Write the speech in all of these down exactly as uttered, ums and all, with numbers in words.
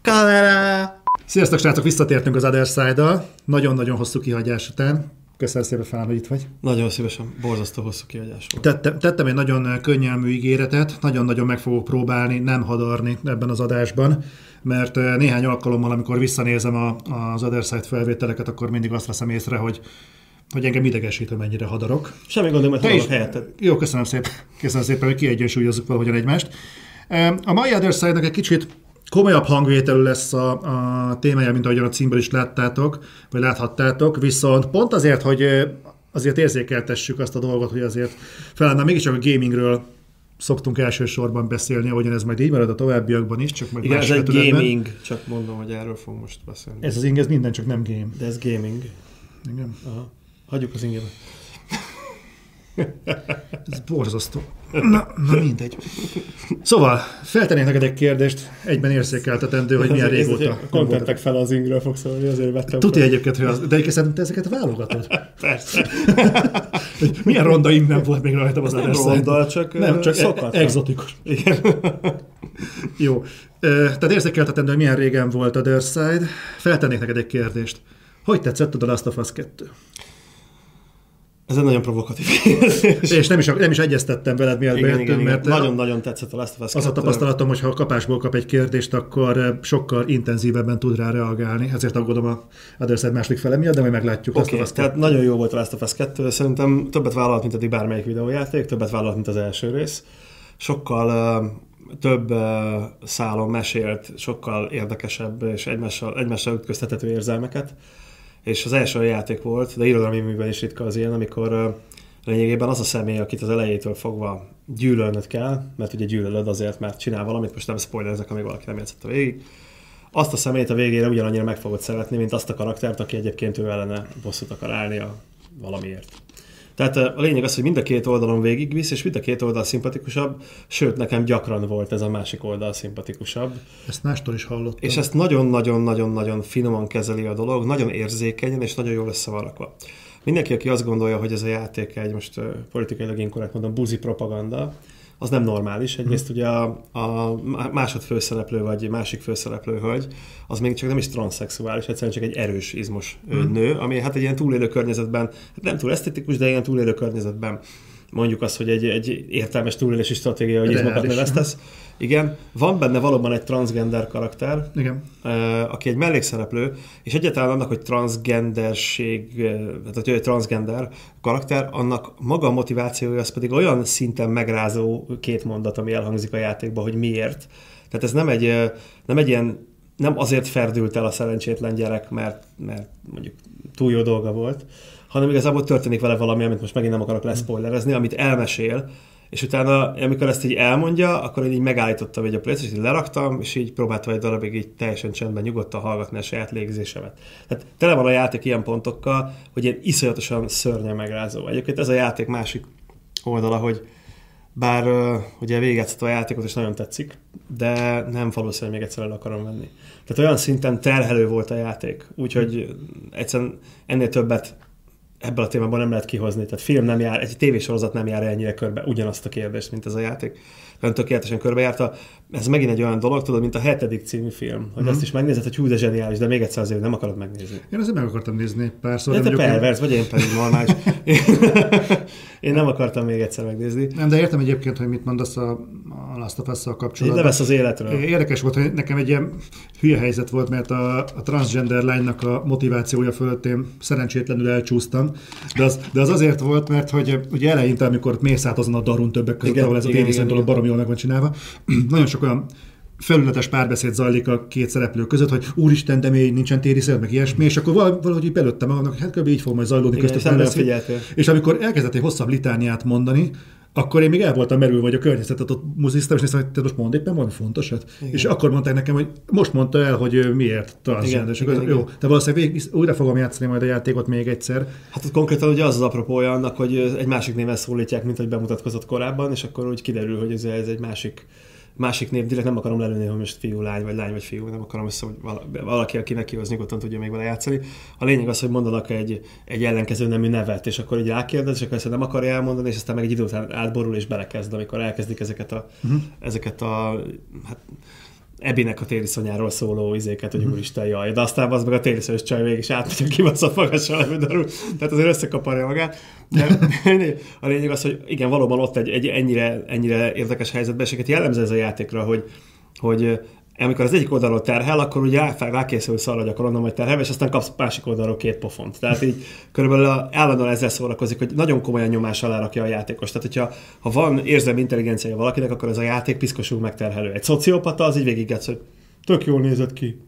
Kamera! Sziasztok, srácok! Visszatértünk az Other Side-dal. Nagyon-nagyon hosszú kihagyás után. Köszönöm szépen, Fán, hogy itt vagy. Nagyon szívesen. Borzasztó hosszú kihagyás volt. Tettem, tettem egy nagyon könnyelmű ígéretet, nagyon-nagyon meg fogok próbálni nem hadarni ebben az adásban, mert néhány alkalommal, amikor visszanézem a, az Other Side felvételeket, akkor mindig azt veszem észre, hogy hogy engem idegesít, hogy mennyire hadarok. Semmi gondom, hogy hadarok helyetted. Jó, köszönöm szépen, köszönöm szépen, hogy kiegyensúlyozzuk valahogyan egymást. A mai Other Side-nak egy kicsit komolyabb hangvételű lesz a, a témája, mint ahogyan a címből is láttátok, vagy láthattátok, viszont pont azért, hogy azért érzékeltessük azt a dolgot, hogy azért felánál mégiscsak a gamingről szoktunk elsősorban beszélni, ahogyan ez majd így marad a továbbiakban is, csak majd igen, más ez egy vetületben. Gaming, csak mondom, hogy erről fogunk most beszélni. Ez az ing, ez minden, csak nem game. De ez gaming. Igen. Aha. Hagyjuk az ingebe. Ez borzasztó. Na, na mindegy. Szóval, feltennék neked egy kérdést, egyben érzékeltetendő, hogy milyen régóta. Kontentek fel az ingről fog szólni, azért vettem. Tudja egyébként, hogy az, de egyébként szerintem te ezeket válogatod. Persze. Milyen ronda ing nem volt még rajta az nem ronda, csak nem, csak szokat. E- exotikus. Igen. Jó. Tehát érzékeltetendő, hogy milyen régen volt a Other Side. Feltennék neked egy kérdést. Hogy tetszett a The Last of Us kettő? Ez egy nagyon provokatív kérdés. És nem is, nem is egyeztettem veled, mielőtt bejöttünk, mert nagyon-nagyon tetszett a Last of Us az a tapasztalatom, hogy ha a kapásból kap egy kérdést, akkor sokkal intenzívebben tud rá reagálni. Ezért aggódom a Other Side második fele miatt, de majd meglátjuk. Oké, okay, tehát nagyon jó volt a Last of Us kettő. Szerintem többet vállalt, mint eddig bármelyik videójáték, többet vállalt, mint az első rész. Sokkal uh, több uh, szálon mesélt, sokkal érdekesebb és egymással, egymással ütköztethető érzelmeket. És az első játék volt, de irodalmi műben is ritka az ilyen, amikor uh, lényegében az a személy, akit az elejétől fogva gyűlölnöd kell, mert ugye gyűlölöd azért, mert csinál valamit, most nem spoilerezek, amíg valaki nem játszotta végig, azt a személyt a végére ugyanannyira meg fogod szeretni, mint azt a karaktert, aki egyébként ő ellene bosszút akar állni a valamiért. Tehát a lényeg az, hogy mind a két oldalon végigvisz, és mind a két oldal szimpatikusabb, sőt, nekem gyakran volt ez a másik oldal szimpatikusabb. Ezt mástól is hallottam. És ezt nagyon-nagyon-nagyon-nagyon finoman kezeli a dolog, nagyon érzékenyen, és nagyon jól össze van rakva. Mindenki, aki azt gondolja, hogy ez a játék egy, most uh, politikailag inkorrekt mondom, buzi propaganda, az nem normális. Egyrészt hmm. ugye a, a másodfőszereplő, vagy másik főszereplő hölgy, az még csak nem is transzexuális, egyszerűen csak egy erős izmos hmm. nő, ami hát egy ilyen túlélő környezetben, hát nem túl esztetikus, de ilyen túlélő környezetben mondjuk azt, hogy egy, egy értelmes túlélési stratégia, hogy izmokat növesztesz. Igen, van benne valóban egy transgender karakter, igen. Uh, aki egy mellékszereplő, és egyáltalán annak, hogy transgenderség, tehát hogy egy transgender karakter, annak maga a motivációja, az pedig olyan szinten megrázó két mondat, ami elhangzik a játékban, hogy miért. Tehát ez nem egy, nem egy ilyen, nem azért ferdült el a szerencsétlen gyerek, mert, mert mondjuk túl jó dolga volt, hanem igazából történik vele valami, amit most megint nem akarok leszpoilerezni, amit elmesél, és utána, amikor ezt így elmondja, akkor én így megállítottam egy a playt, és így leraktam, és így próbáltam egy darabig így teljesen csendben nyugodtan hallgatni a saját légzésemet. Tehát tele van a játék ilyen pontokkal, hogy ilyen iszonyatosan szörnyen megrázó. Egyébként ez a játék másik oldala, hogy bár uh, ugye végigjátszottam a játékot, és nagyon tetszik, de nem valószínűleg még egyszer el akarom venni. Tehát olyan szinten terhelő volt a játék, úgyhogy egyszerűen ennél többet ebből a témában nem lehet kihozni. Tehát film nem jár, egy tévésorozat nem jár ennyire körbe ugyanazt a kérdést, mint ez a játék. Nagyon tökéletesen körbejárta. Ez megint egy olyan dolog, tudod, mint a hetedik című film, hogy mm. azt is megnézed, hogy hú, de zseniális, de még egyszer azért nem akarod megnézni. Én azért meg akartam nézni párszor. De te pervers, vagy én pedig normális. Én nem akartam még egyszer megnézni. Nem, de értem egyébként, hogy mit mondasz a, a Last of Us-szal kapcsolatban. Levesz az életről. Érdekes volt, hogy nekem egy ilyen hülye helyzet volt, mert a, a transgender lánynak a motivációja fölött én szerencsétlenül elcsúsztam. De az, de az azért volt, mert hogy ugye eleinte, amikor mész át azon a darun többek között, igen, ahol ez igen, a tévészony dolog baromi jól meg van csinálva, nagyon sok olyan felületes párbeszéd zajlik a két szereplő között, hogy úristen, de még nincsen tériszer, meg ilyesmi, és akkor valahogy belőttem magamnak, hogy hát kb. Így fog majd zajlódni köztük párbeszéd. És amikor elkezdett egy hosszabb litániát mondani, akkor én még el voltam merülve, hogy a környezetet ott muziztam, és néztem, hogy te most mondd éppen valami fontosat. Igen. És akkor mondták nekem, hogy most mondta el, hogy miért transgender. És akkor, jó, te valószínűleg végig, újra fogom játszani majd a játékot még egyszer. Hát ott konkrétan ugye az az apropója annak, hogy egy másik néven szólítják, mint hogy bemutatkozott korábban, és akkor úgy kiderül, hogy ez, ez egy másik másik név, direkt nem akarom lelőni, hogy most fiú, lány, vagy lány, vagy fiú, nem akarom össze, hogy valaki, aki neki az nyugodtan tudja még vele játszani. A lényeg az, hogy mondanak egy, egy ellenkező nemű nevet, és akkor így rákérdez, és akkor ezt nem akarja elmondani, és aztán meg egy idő után átborul és belekezd, amikor elkezdik ezeket a, uh-huh. ezeket a hát, Ebinek a tériszonyáról szóló izéket, hogy úristen, jaj, de aztán az meg a tériszonyos csaj végig is átmegy a kibaszott magassal levő darul, tehát azért összekaparja magát. De a lényeg az, hogy igen, valóban ott egy, egy ennyire, ennyire érdekes helyzetben, és jellemző ez a játékra, hogy, hogy amikor az egyik oldalról terhel, akkor ugye rákészülsz arra, hogy akkor onnan majd terhelve, és aztán kapsz másik oldalról két pofont. Tehát így körülbelül állandóan ezzel szórakozik, hogy nagyon komolyan nyomás alá rakja a játékos. Tehát, hogyha ha van érzelmi intelligenciája valakinek, akkor ez a játék piszkosul megterhelő. Egy szociopata az így végiggetsz, hogy tök jól nézett ki.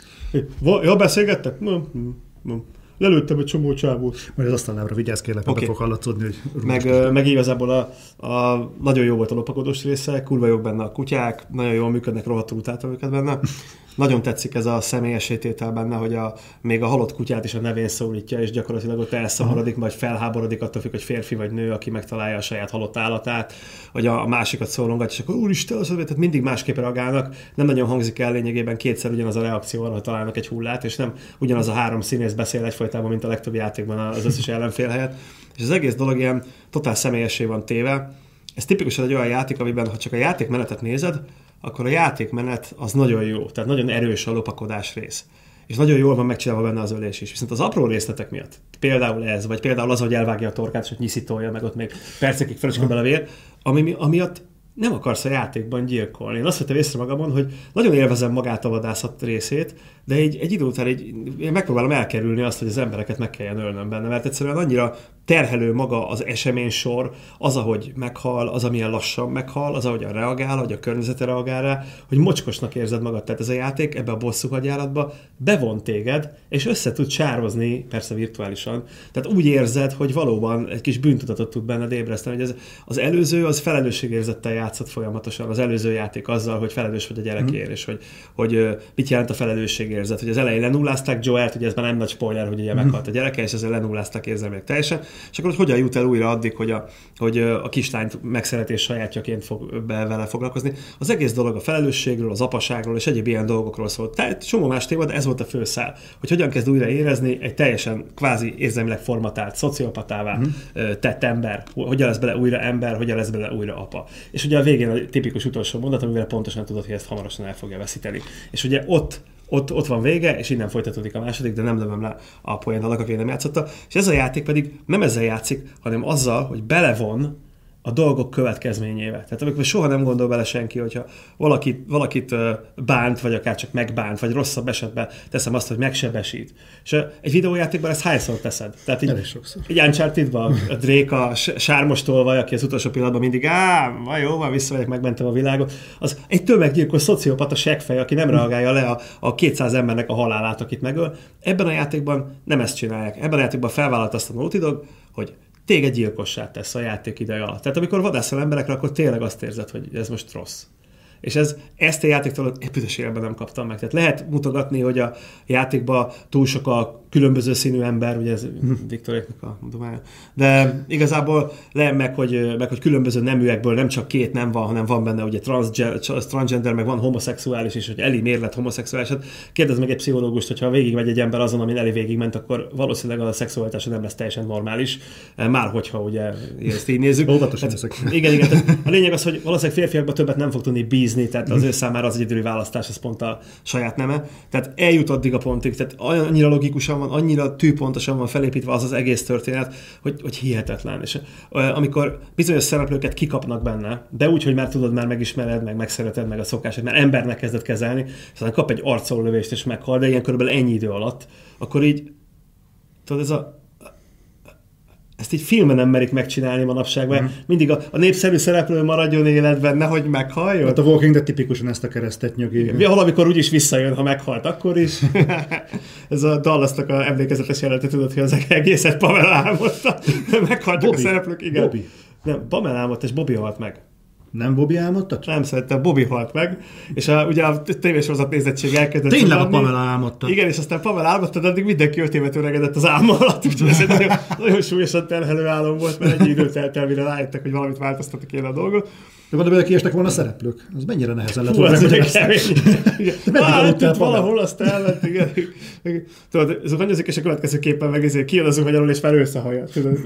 Ja, beszélgettek? Nem, nem. Lelőttem egy csomó csávót. Majd az asztalnámra vigyázz kérlek, okay. Fog hallatszódni, hogy... Meg, meg igazából a, a, nagyon jó volt a lopakodós része, kurva jók benne a kutyák, nagyon jól működnek, rohadtul utáltam őket benne. Nagyon tetszik ez a személyesítétel benne, hogy a, még a halott kutyát is a nevén szólítja, és gyakorlatilag ott elszomorodik, vagy felháborodik attól függ, hogy férfi vagy nő, aki megtalálja a saját halott állatát, vagy a, a másikat szórongatja, és akkor úristen, tehát mindig másképp reagálnak, nem nagyon hangzik el lényegében kétszer ugyanaz a reakció arra, hogy találnak egy hullát, és nem ugyanaz a három színész beszél egyfolytában, mint a legtöbb játékban az összes ellenfél helyett. És az egész dolog ilyen totál személyessé van téve. Ez tipikusan egy olyan játék, amiben ha csak a játékmenetet nézed, akkor a játékmenet az nagyon jó, tehát nagyon erős a lopakodás rész. És nagyon jól van megcsinálva benne az ölés is. Viszont az apró részletek miatt, például ez, vagy például az, hogy elvágja a torkát, és hogy nyiszítolja, meg ott még percekig fröcsköl bele a vér, ami, amiatt nem akarsz a játékban gyilkolni. Én azt vettem észre magamon, hogy nagyon élvezem magát a vadászat részét, de egy, egy idő után egy, én megpróbálom elkerülni azt, hogy az embereket meg kelljen ölnöm benne, mert egyszerűen annyira terhelő maga az eseménysor, az, ahogy meghal, az, amilyen lassan meghal, az, ahogyan reagál, ahogy a környezete reagál rá, hogy mocskosnak érzed magad. Tehát ez a játék ebbe a bosszú hadjáratba bevon téged, és össze tud sározni, persze virtuálisan. Tehát úgy érzed, hogy valóban egy kis bűntudatot tud benned ébreszteni, hogy ez, az előző az felelősségérzettel játszott folyamatosan, az előző játék azzal, hogy felelős vagy a gyerekért, mm. és hogy, hogy mit jelent a felelősségérzet, hogy az elején lenullázták Joelt, ugye ez már nem nagy spoiler, hogy ugye meghalt a gyereke, és ezzel lenullázták érzelmileg teljesen, és akkor hogy hogyan jut el újra addig, hogy a, hogy a kislányt megszeretés sajátjaként fog be vele foglalkozni. Az egész dolog a felelősségről, az apaságról és egyéb ilyen dolgokról szólt. Tehát csomó más téma, de ez volt a főszál, hogy hogyan kezd újra érezni egy teljesen kvázi érzelmileg formatált, szociopatává mm. tett ember, hogyan lesz bele újra ember, hogyan lesz bele újra apa. És ugye a végén a tipikus utolsó mondat, amivel pontosan tudod, hogy ezt hamarosan el fogja veszíteni. És ugye ott Ott, ott van vége, és innen folytatódik a második, de nem lövöm le a poént annak, aki nem játszotta. És ez a játék pedig nem ezzel játszik, hanem azzal, hogy belevon a dolgok következményével. Tehát amikor soha nem gondol bele senki, hogyha valakit, valakit bánt, vagy akár csak megbánt, vagy rosszabb esetben teszem azt, hogy megsebesít. És egy videójátékban ezt hányszor teszed? Tehát így, így Uncharted-ban a Drake a sármos tolvaj, aki az utolsó pillanatban mindig á, van jó, van, visszamegyek, megmentem a világot. Az egy tömeggyilkos szociopata seggfej, aki nem reagálja le a, a kétszáz embernek a halálát, akit megöl. Ebben a játékban nem ezt csinálják. Ebben a játékban felvállalt azt a Naughty Dog, hogy téged gyilkossá tesz a játék ideje alatt. Tehát amikor vadászol emberekre, akkor tényleg azt érzed, hogy ez most rossz. És ez, ezt a játéktól egy büdös életben nem kaptam meg. Tehát lehet mutogatni, hogy a játékban túl sok a különböző színű ember, ugye ez Viktoréknak a domája. De igazából lehet meg hogy, meg, hogy különböző neműekből nem csak két nem van, hanem van benne ugye transgender, meg van homoszexuális is, hogy Eli miért lett homoszexuális. Hát kérdezd meg egy pszichológust, hogyha végigmegy egy ember azon, amin Eli végigment, akkor valószínűleg a szexualitása nem lesz teljesen normális. Már hogyha ugye ezt így nézzük. Óvatosan hát, igen, igen. Tehát a lényeg az, hogy valószínűleg férfiakban többet nem fog tudni bízni, tehát az ő számára az egyedüli választás, ez pont a saját neme. Tehát eljut addig a pontig, tehát annyira logikusan van, annyira tűpontosan van felépítve az az egész történet, hogy, hogy hihetetlen. És uh, amikor bizonyos szereplőket kikapnak benne, de úgy, hogy már tudod, már megismered, meg megszereted, meg a szokását, mert embernek kezdett kezelni, és aztán kap egy arcolövést és meghal, de ilyen körülbelül ennyi idő alatt, akkor így, tudod, ez a ezt így filmen nem merik megcsinálni manapság, mert mm. mindig a, a népszerű szereplő maradjon életben, nehogy meghalljon. Hát a Walking Dead tipikusan ezt a keresztet nyögi. Valamikor úgyis visszajön, ha meghalt, akkor is. Ez a Dallasnak a emlékezetes jelenet, tudod, hogy az egészet Pamela álmodta. Meghaltak Bobby. A szereplők, igen. Bobby. Nem, Pamela álmodta, és Bobby halt meg. Nem Bobby álmodta? Nem, szerintem Bobby halt meg, és a, ugye a tévésorozat nézettség elkezdett. Tényleg a Pamela álmodta. Igen, és aztán Pamela álmodta, de addig mindenki ötévet öregedett az álma alatt, úgyhogy ez egy nagyon, nagyon súlyosan terhelő álom volt, mert egy idő telt el, mire rájöttek, hogy valamit változtatni kéne a dolgot. De gondolom, hogy kiestek volna a szereplők. Az mennyire nehezen lett Hú, volna. ez Hogy hát itt valahol azt ellett, igen. Tudod, zuhanyozik, és a következő képen meg ezért kijön a zuhanyalól, és már összehajja.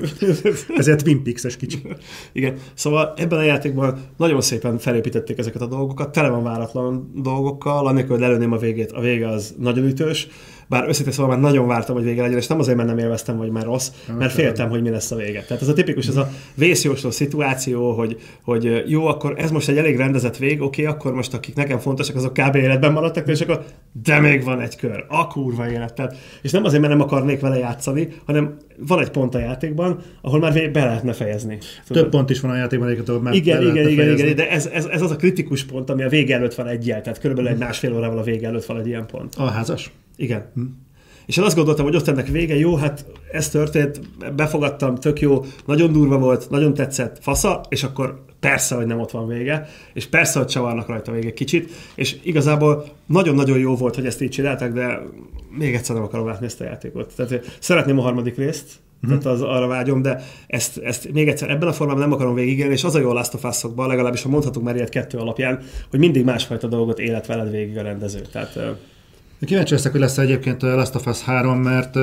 Ezért Twin Peaks-es kicsi. Igen. Szóval ebben a játékban nagyon szépen felépítették ezeket a dolgokat, tele van váratlan dolgokkal, annélkül, hogy lelőném a végét. A vége az nagyon ütős, bár őszintén szóval már nagyon vártam, hogy vége legyen, és nem azért, mert nem élveztem, vagy már rossz, mert féltem, hogy mi lesz a vége. Tehát ez a tipikus, ez a vészjósló szituáció, hogy, hogy jó, akkor ez most egy elég rendezett vég, oké, okay, akkor most akik nekem fontosak, azok kb. Életben maradtak, és akkor de még van egy kör, a kurva élet. Tehát, és nem azért, mert nem akarnék vele játszani, hanem van egy pont a játékban, ahol már be lehetne fejezni. Több pont is van a játékban, ahol már igen, igen, igen, igen, de ez, ez, ez az a kritikus pont, ami a vége előtt van egyel, tehát körülbelül egy másfél órával a vége előtt van egy ilyen pont. A házas? Igen. Hm. És én azt gondoltam, hogy ott ennek vége, jó, hát ez történt, befogadtam, tök jó, nagyon durva volt, nagyon tetszett, fasza, és akkor persze, hogy nem ott van vége, és persze, hogy csavarnak rajta vége kicsit, és igazából nagyon-nagyon jó volt, hogy ezt így csinálták, de még egyszer nem akarom látni ezt a játékot. Tehát szeretném a harmadik részt, mm-hmm. tehát az, arra vágyom, de ezt, ezt még egyszer ebben a formában nem akarom végigélni, és az a jó a Last of Us-okban, legalábbis ha mondhatunk már ilyet kettő alapján, hogy mindig másfajta dolgot élet veled végig a rendező. Tehát kíváncsi leszek, hogy lesz egyébként a Last of Us három, mert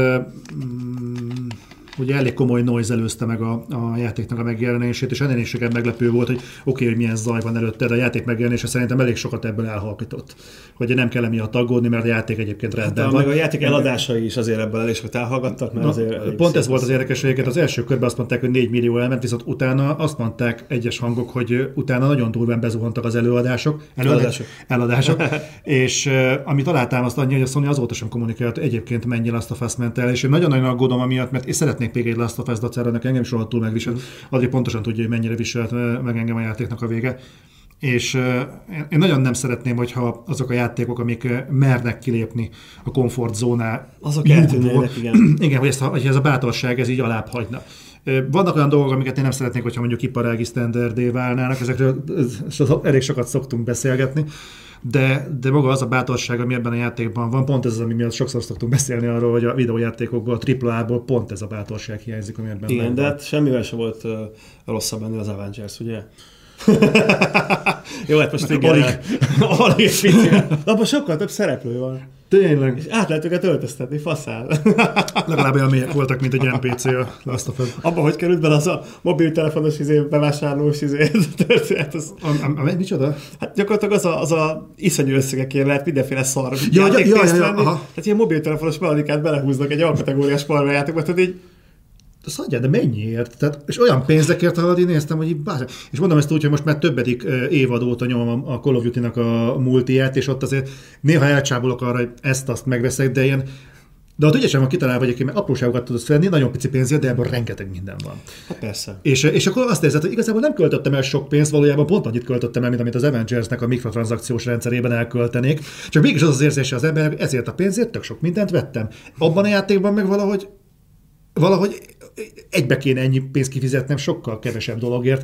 mm, ugye elég komoly noise előzte meg a, a játéknak a megjelenését, és ennél is meglepő volt, hogy oké, okay, hogy milyen zaj van előtte, de a játék megjelenése szerintem elég sokat ebből elhalkított. Hogy nem kell emiatt aggódni, mert a játék egyébként rendben hát, van. Meg a játék eladásai is azért ebből elég sokat elhallgattak, mert Na, azért pont ez volt az érdekes, hogy az első körben azt mondták, hogy négy millió elment, viszont utána azt mondták egyes hangok, hogy utána nagyon durván bezuhantak az előadások. Eladások. Eladások. És uh, amit alátámaszt annyi, hogy a Sony azóta sem kommunikált egyébként mennyi Last of Us ment el, és én nagyon-nagyon aggódom amiatt, mert én szeretnék még egy Last of Us dacára, nekem engem is rohadtul megviselt. Azért pontosan tudja, hogy mennyire viselt meg engem a játéknak a vége. És uh, én nagyon nem szeretném, hogyha azok a játékok, amik uh, mernek kilépni a komfortzóná. Azok eltűnnének, igen. Igen, hogy, ezt, hogy ez a bátorság ez így alább hagyna. Vannak olyan dolgok, amiket én nem szeretnék, hogyha mondjuk iparági sztenderdé válnának, ezekről elég sokat szoktunk beszélgetni, de, de maga az a bátorság, ami ebben a játékban van, pont ez az, ami miatt sokszor szoktunk beszélni arról, hogy a videójátékokból, a tripla á-ból pont ez a bátorság hiányzik, ami ebben igen, de hát semmivel sem volt uh, rosszabb ennél az Avengers, ugye? Jó, hát most igen. Alig. Alig abban sokkal több szereplő van. Tényleg. És át lehet őket öltöztetni, faszál. Legalább olyan mélyek voltak, mint egy en pé cé a Last of Us. Abban, hogy került bele az a mobiltelefonos izé, bevásárlós izé, történet. Az... A, a, a, micsoda? Hát gyakorlatilag az a, az a iszonyú összegekért lehet mindenféle szar ja, játékpénzt ja, ja, ja, venni. Tehát ilyen mobiltelefonos mechanikát belehúznak egy alkategóriás parmajátékba, tehát így azt hagyjál, de mennyiért? Tehát, és olyan pénzekért, ahol én néztem, hogy így bár... És mondom ezt úgy, hogy most már többedik évad óta nyomom a Call of Duty-nak a multiját, és ott azért néha elcsábolok arra, hogy ezt-azt megveszek, de ilyen... De ott ügyesen van kitalálva, hogy mert apróságokat tudsz venni, nagyon pici pénzért, de ebből rengeteg minden van. Hát persze. És, és akkor azt érzed, hogy igazából nem költöttem el sok pénzt, valójában pont annyit költöttem el, mint amit az Avengersnek a mikrotranszakciós rendszerében elköltenék. Csak mégis az az érzése az embernek, hogy ezért a pénzért tök sok mindent vettem. Abban a játékban meg valahogy valahogy egybe kéne ennyi pénzt kifizetnem sokkal kevesebb dologért.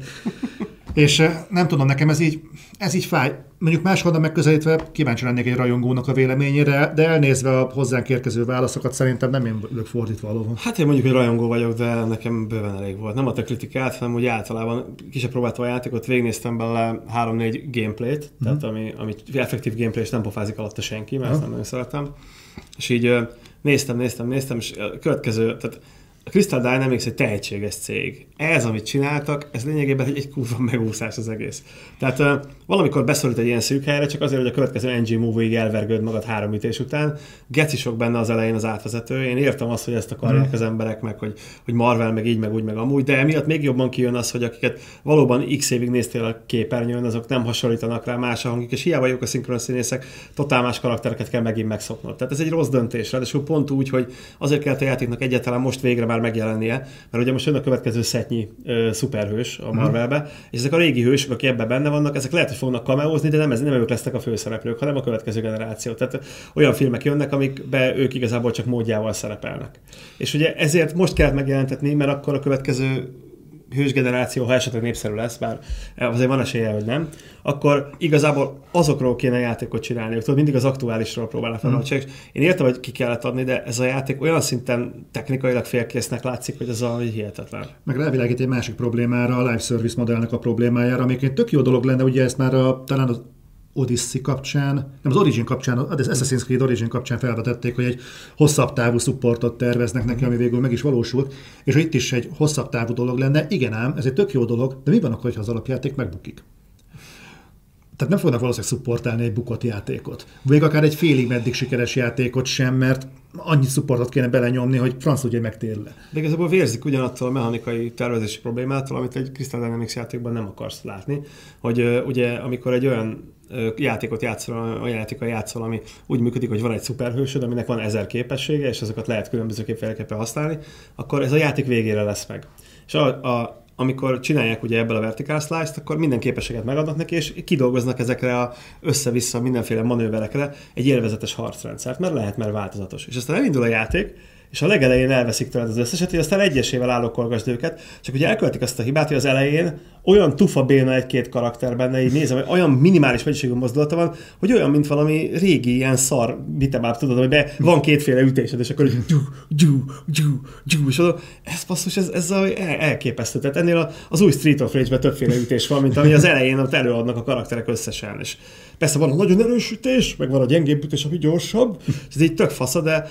És nem tudom, nekem ez így, ez így fáj. Mondjuk máshonnan megközelítve kíváncsi lennék egy rajongónak a véleményére, de elnézve a hozzánk érkező válaszokat szerintem nem én ülök fordítva valóban. Hát én mondjuk, hogy rajongó vagyok, de nekem bőven elég volt. Nem a te kritikát, hanem úgy általában ki sem próbáltam a játékot, végignéztem bele három-négy gameplayt, mm. tehát ami, ami effektív gameplay, és nem pofázik alatta senki, mert ezt nem nagyon szeretem. És így néztem, néztem, néztem, és a következő, tehát a Crystal Dynamics egy tehetséges cég. Ez, amit csináltak, ez lényegében egy, egy kurva megúszás az egész. Tehát uh, valamikor beszorult egy ilyen szűk helyre, csak azért, hogy a következő en gé Movie-ig elvergőd magad három ütés után. Geci sok benne az elején az átvezető. Én értem azt, hogy ezt akarják az emberek, meg hogy, hogy Marvel, meg így, meg úgy, meg amúgy, de emiatt még jobban kijön az, hogy akiket valóban x évig néztél a képernyőn, azok nem hasonlítanak rá más a hangjuk, és hiába jók a szinkron színészek, totál más karaktereket kell megint megszoknod. Tehát ez egy rossz döntés, ráadásul pont úgy, hogy azért kellett a játéknak egyáltalán most végre már megjelennie, mert ugye most jön a következő szetnyi ö, szuperhős a Marvelbe, és ezek a régi hősök, akik ebben benne vannak, ezek lehet, hogy fognak kameózni, de nem, ez, nem ők lesznek a főszereplők, hanem a következő generáció. Tehát olyan filmek jönnek, amikbe ők igazából csak módjával szerepelnek. És ugye ezért most kellett megjelentetni, mert akkor a következő hősgeneráció, ha esetleg népszerű lesz, bár azért van esélye, hogy nem, akkor igazából azokról kéne játékot csinálni, hogy mindig az aktuálisról próbálnak fel. Mm. Én értem, hogy ki kellett adni, de ez a játék olyan szinten technikailag félkésznek látszik, hogy ez valami hihetetlen. Meg rávilágít egy másik problémára, a live service modellnek a problémájára, amiket tök jó dolog lenne, ugye ezt már a, talán az Odyssey kapcsán, nem az Origin kapcsán, az Assassin's Creed Origin kapcsán felvetették, hogy egy hosszabb távú supportot terveznek neki, ami végül meg is valósult, és hogy itt is egy hosszabb távú dolog lenne. Igen ám, ez egy tök jó dolog, de mi van akkor, ha az alapjáték megbukik? Tehát nem fognak valószínűleg szupportálni egy bukott játékot. Vagy akár egy félig meddig sikeres játékot sem, mert annyi szupportot kéne belenyomni, hogy franc tudja, hogy megtérül. De igazából vérzik ugyanattól a mechanikai tervezési problémától, amit egy Crystal Dynamics játékban nem akarsz látni, hogy uh, ugye amikor egy olyan uh, játékot játszol, olyan játékkal játszol, ami úgy működik, hogy van egy szuperhősöd, aminek van ezer képessége, és azokat lehet különbözőképpen használni, akkor ez a játék végére lesz meg. És a, a amikor csinálják ugye ebből a vertical slice-t, akkor minden képességet megadnak neki, és kidolgoznak ezekre a össze-vissza mindenféle manőverekre egy élvezetes harcrendszert, mert lehet, mert változatos. És aztán elindul a játék, és a legelején elveszik tőled az összeset, hogy aztán egyesével állokkolgasd őket, csak ugye elkövetik azt a hibát, hogy az elején olyan tufa béna egy-két karakter benne, így nézem, hogy olyan minimális mennyiségű mozdulata van, hogy olyan, mint valami régi ilyen szar bitemáp, tudod, hogy be van kétféle ütésed, és akkor gyú, gyú, gyú, gyú, és oda, ez basszus, ez, ez elképesztő. Tehát ennél az új Street of Rage-ben többféle ütés van, mint ami az elején ott előadnak a karakterek összesen. És persze van a nagyon erős ütés, meg van a gyengébb ütés, ami gyorsabb, és ez így tök fasza, de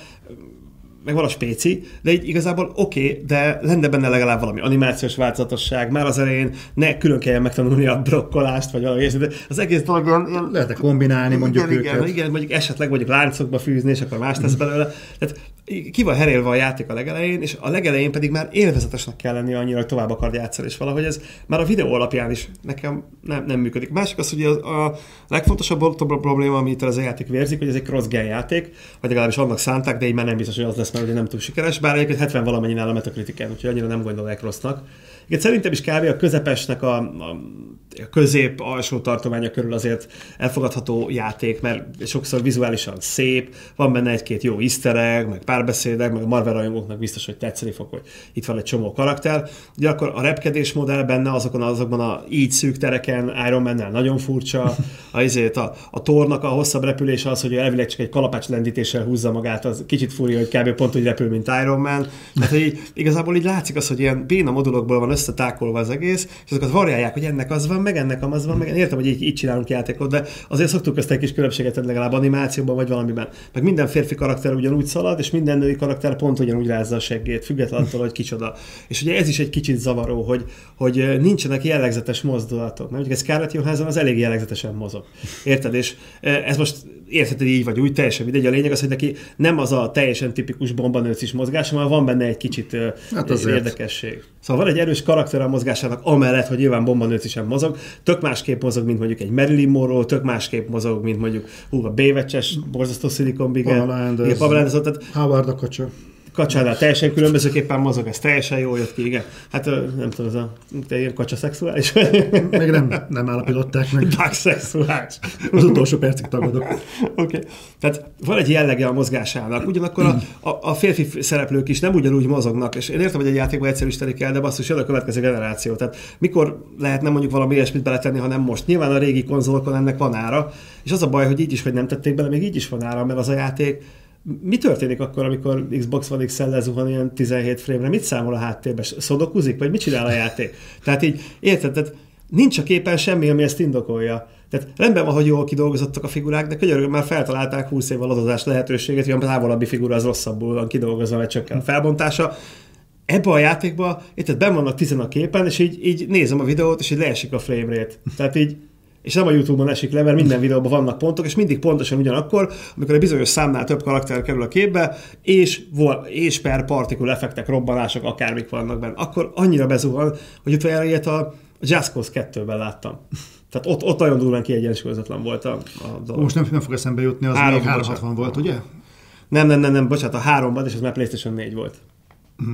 meg van a spéci, de így igazából oké, okay, de lenne benne legalább valami animációs változatosság, már az elején ne külön kelljen megtanulni a blokkolást, vagy valami de az egész dolog ilyen... ilyen lehet kombinálni mondjuk igen, őket. Igen, igen, mondjuk esetleg mondjuk láncokba fűzni, és akkor más lesz belőle. Tehát ki van herélve a játék a legelején, és a legelején pedig már élvezetesnek kell lenni annyira, hogy tovább akar játszani, és valahogy ez már a videó alapján is nekem nem, nem működik. Másik az, hogy a, a legfontosabb probléma, amit ez a játék vérzik, hogy ez egy cross-gen játék, vagy legalábbis annak szánták, de így már nem biztos, hogy az lesz, mert ugye nem túl sikeres, bár egyébként hetven valamennyi a Metacritiken, úgyhogy annyira nem gondolják rossznak. Igen, szerintem is kb. A közepesnek a, a, a közép alsó tartománya körül azért elfogadható játék, mert sokszor vizuálisan szép, van benne egy-két jó easter egg, meg párbeszédek, meg a Marvel rajongóknak biztos, hogy tetszeni fog, hogy itt van egy csomó karakter. Ugye akkor a repkedés modell benne azokon azokban a így szűk tereken Iron Man-nel nagyon furcsa, a, ezért a, a tornak a hosszabb repülése az, hogy elvileg csak egy kalapács lendítéssel húzza magát, az kicsit furja, hogy kb. Pont úgy repül, mint Iron Man. Tehát így, igazából így látszik az, hogy ilyen béna modulokból van összetákolva az egész, és azokat variálják, hogy ennek az van, meg ennek az van, meg értem, hogy így, így csinálunk játékot, de azért szoktuk ezt egy kis különbséget tenni legalább animációban vagy valamiben. Meg minden férfi karakter ugyanúgy szalad, és minden női karakter pont ugyanúgy rázza a seggét, függetlenül attól, hogy kicsoda. És ugye ez is egy kicsit zavaró, hogy, hogy nincsenek jellegzetes mozdulatok. Mert ugye Scarlett Johansson az elég jellegzetesen mozog. Érted? És ez most értheted így vagy úgy, teljesen mindegy. A lényeg az, hogy neki nem az a teljesen tipikus bombanőcis mozgás, hanem van benne egy kicsit hát érdekesség. Szóval van egy erős karakter a mozgásának, amellett, hogy nyilván bombanőcisen mozog, tök másképp mozog, mint mondjuk egy Marilyn Monroe, tök másképp mozog, mint mondjuk hú, a B-vecses, borzasztó Silicon Biget, Pamela Anderson, Howard a kacsa. Kacsánál teljesen különbözőképpen mozog, ez teljesen jól jött ki, igen. Hát nem tudom, ez a te ilyen kacsa szexuális? Még nem, nem állapították meg. Dark szexuális. Az utolsó percig tagadok. Oké. Okay. Tehát van egy jellege a mozgásának, ugyanakkor a, a, a férfi szereplők is nem ugyanúgy mozognak, és én értem, hogy egy játékban egyszerűsítenik el, de basszus, jön a következő generáció. Tehát mikor lehetne mondjuk valami ilyesmit beletenni, ha nem most? Nyilván a régi konzolokon ennek van ára, és az a baj, hogy így is, hogy nem tették bele, még így is van ára, mert az a játék. Mi történik akkor, amikor Xbox One X-el lezuhan ilyen tizenhét frame-re? Mit számol a háttérben? Szodokuzik? Vagy mit csinál a játék? Tehát így, érted? Tehát nincs a képen semmi, ami ezt indokolja. Tehát rendben van, hogy jól kidolgozottak a figurák, de könyörgöm, már feltalálták húsz évvel adozás lehetőséget, hogy a távolabbi figura az rosszabbul van kidolgozva, mert csökken a felbontása. Ebben a játékban, érted, benn vannak tizen a képen, és így, így nézem a videót, és így leesik a frame rate. Tehát így és nem a YouTube-on esik le, mert minden videóban vannak pontok, és mindig pontosan ugyanakkor, amikor egy bizonyos számnál több karakter kerül a képbe, és, és per partikul effektek, robbanások, akármik vannak benne, akkor annyira bezuhan, hogy utoljára ilyet a Just Cause kettőben láttam. Tehát ott, ott nagyon durván kiegyensúlyozatlan volt a, a dolog. Most nem, nem fog eszembe jutni, az három, még háromszázhatvan volt, ugye? Nem, nem, nem, nem, bocsánat, a háromban, és az már PlayStation négy volt. Mm.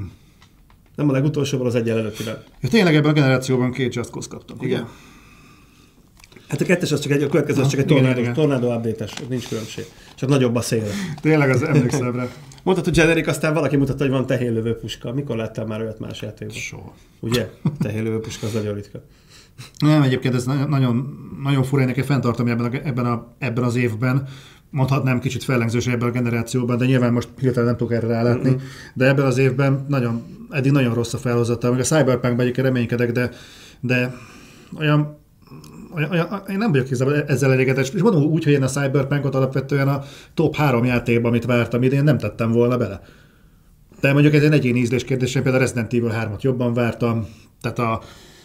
Nem a legutolsóban, az egyen előttiben. Ja, tényleg ebben a generációban két Just Cause kaptunk, ugye? Hát a kettes az csak egy, a következő az csak egy tornádó, tornádó update-es, nincs különbség. Csak nagyobb a szél. Tényleg az emlékszem rá. Mondtad, hogy generic, aztán valaki mutatta, hogy van tehérlövő puska. Mikor láttál már olyat más játékban? Soha. Ugye? Tehérlövő puska az nagyon ritka. Nem, egyébként ez nagyon, nagyon fura, én nekem fenntartom ebben, a, ebben, a, ebben az évben, mondhatnám kicsit fellengzős ebben a generációban, de nyilván most hirtelen nem tudok erre rálátni, mm-hmm. de ebben az évben nagyon, eddig nagyon rossz a felhozata. Még a Cyberpunkban egyébként reménykedek, de, de olyan, olyan, olyan, én nem vagyok ezzel elégedett, és mondom úgy, hogy én a Cyberpunkot alapvetően a top három játékban, amit vártam idén, nem tettem volna bele. De mondjuk ez egy egyéni ízlés kérdés, például a Resident Evil hármat jobban vártam, tehát a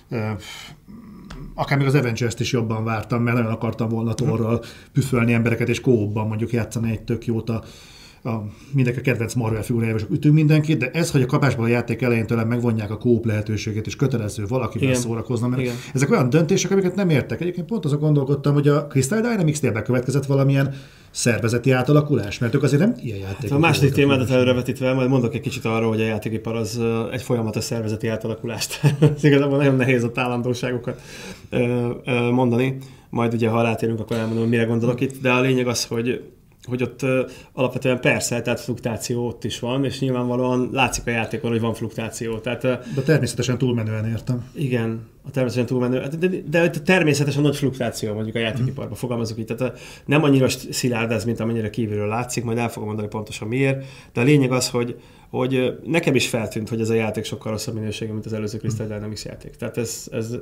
akár még az Avengers-t is jobban vártam, mert nagyon akartam volna Thorral püfölni embereket, és kóban mondjuk játszani egy tök jót a, a mindenki a kedvenc Marvel figurájával, és ütünk mindenkit, de ez, hogy a kapásból a játék elején tőlem megvonják a kóp lehetőségét, és kötelező valakivel igen. szórakoznom, mert igen. ezek olyan döntések, amiket nem értek. Egyébként pont azon gondolkodtam, hogy a Crystal Dynamics-nél bekövetkezett valamilyen szervezeti átalakulás, mert ők azért nem ilyen játékok. Hát a második témádat előrevetítve, majd mondok egy kicsit arról, hogy a játékipar az egy folyamatos szervezeti átalakulást. Ez igazából nagyon nehéz a állandóságokat mondani. Majd ugye, ha rátérünk, akkor elmondom, mire gondolok itt, de a lényeg az, hogy hogy ott uh, alapvetően persze, tehát fluktuáció ott is van, és nyilvánvalóan látszik a játékon, hogy van fluktuáció. Tehát, uh, de természetesen túlmenően értem. Igen, a természetesen túlmenő, de, de, de természetesen nagy fluktuáció mondjuk a játékiparban, mm. fogalmazok így. Tehát uh, nem annyira szilárd ez, mint amennyire kívülről látszik, majd el fogom mondani pontosan miért, de a lényeg az, hogy, hogy uh, nekem is feltűnt, hogy ez a játék sokkal rosszabb minőségű, mint az előző Crystal Dynamics játék. Tehát ez, ez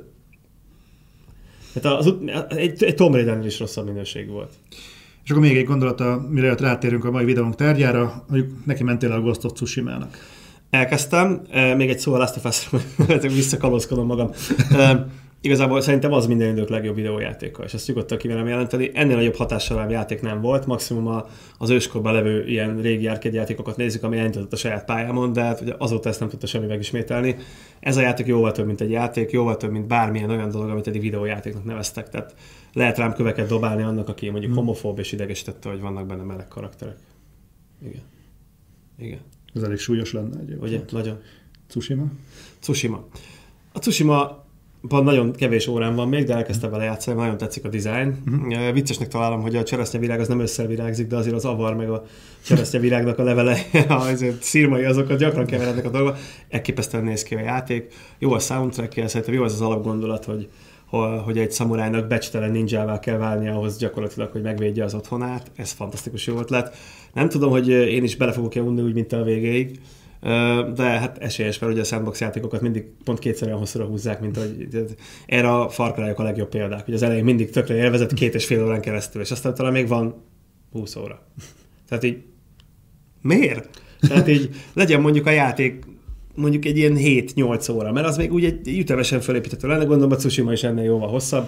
tehát az, egy, egy Tomb Raider-nél is rosszabb minőség volt. És akkor még egy gondolata, mire jött rátérünk a mai videónk tárgyára, hogy neki mentél a Ghost of Tsushima-nak. Elkezdtem, még egy szó a Last of Us-ra, visszakalózkodom magam. Igazából szerintem az minden idők legjobb videójátéka, és ezt nyugodtan kimerem jelenteni. Ennél nagyobb hatással rám játék nem volt, maximum az őskorban levő ilyen régi arcade játékokat nézzük, ami elindított a saját pályámon, de hát ugye azóta ezt nem tudta semmi megismételni. Ez a játék jóval több, mint egy játék, jóval több, mint bármilyen olyan dolog, amit eddig videójátéknak neveztek. Tehát lehet rám köveket dobálni annak, aki mondjuk hmm. homofób és idegesítette, hogy vannak benne meleg karakterek. Igen. Igen. Ez elég súlyos lenne egyébként. Ugye? Nagyon. Tsushima? Tsushima. A Tsushima nagyon kevés órán van még, de elkezdtem vele játszani, nagyon tetszik a dizájn. Uh-huh. Viccesnek találom, hogy a cseresznyevirág az nem összevirágzik, de azért az avar meg a cseresznyevirágnak a levele, azért szirmai azokat gyakran keverednek a dolgok. Elképesztően néz ki a játék. Jó a soundtrack-je, szerintem jó az az alapgondolat, hogy, hogy egy szamurájnak becstelen ninjává kell válnia ahhoz gyakorlatilag, hogy megvédje az otthonát. Ez fantasztikus jó ötlet. Nem tudom, hogy én is bele fogok-e unni úgy, mint a végéig. De hát esélyes, mert ugye a sandbox játékokat mindig pont kétszer olyan hosszúra húzzák, mint hogy erre a Far Cry-ok a legjobb példák, hogy az elején mindig tökre élvezett két és fél órán keresztül, és aztán talán még van húsz óra. Tehát így miért? Tehát így legyen mondjuk a játék mondjuk egy ilyen hét-nyolc óra, mert az még úgy egy ütemesen felépíthető lenne, gondolom a Tsushima is ennél jóval hosszabb.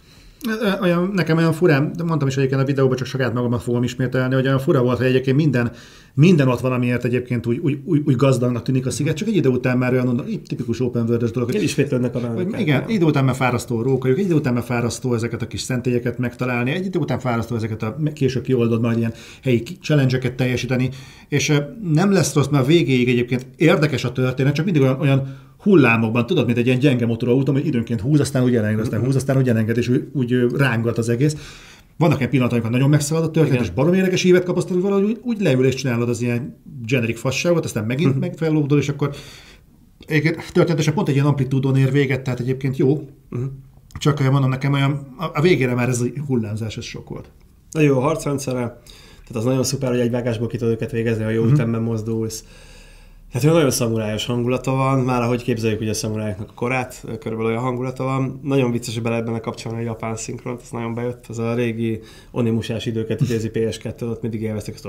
Olyan, nekem olyan furán, de mondtam is egyébként a videóban, csak saját magamat fogom ismételni, hogy olyan fura volt, hogy egyébként minden, minden ott van, amiért egyébként úgy, úgy, úgy, úgy gazdagnak tűnik a sziget, csak egy idő után már olyan mondom, tipikus open world-es dolog. Hogy ismétlődnek a hogy igen, egy idő után már fárasztó rókajuk, egy idő után már fárasztó ezeket a kis szentélyeket megtalálni, egy idő után fárasztó ezeket a később kioldod majd ilyen helyi challenge-eket teljesíteni, és nem lesz rossz, mert a végéig egyébként érdekes a történet, csak mindig olyan, olyan hullámokban, tudod, mint egy ilyen gyenge motorautó, hogy időnként húz, aztán úgy elenged, aztán húz, aztán úgy elenged, és úgy, úgy rángat az egész. Vannak ilyen pillanatok, amikor nagyon megszalad a történet, igen. és baromi érdekes ívet kapsz, hogy valahogy úgy, úgy leül és csinálod az ilyen generic fasságot, aztán megint uh-huh. megfellódol, és akkor történetesen pont egy ilyen amplitúdon ér véget, tehát egyébként jó. Uh-huh. Csak mondom nekem olyan, a végére már ez a hullámzás, ez sok volt. Nagyon jó harcrendszere, tehát az nagyon szuper, hogy egy vágásból ki tudod őket végezni, ha jó uh-huh. ütemben mozdulsz. Hát nagyon szamurájos hangulata van, már ahogy képzeljük ugye a szamurájoknak a korát, körülbelül olyan hangulata van. Nagyon vicces, hogy bele ebben kapcsolni a japán szinkront, ez nagyon bejött. Az a régi onimusás időket idézi pé es kettő, ott mindig élvezték ezt a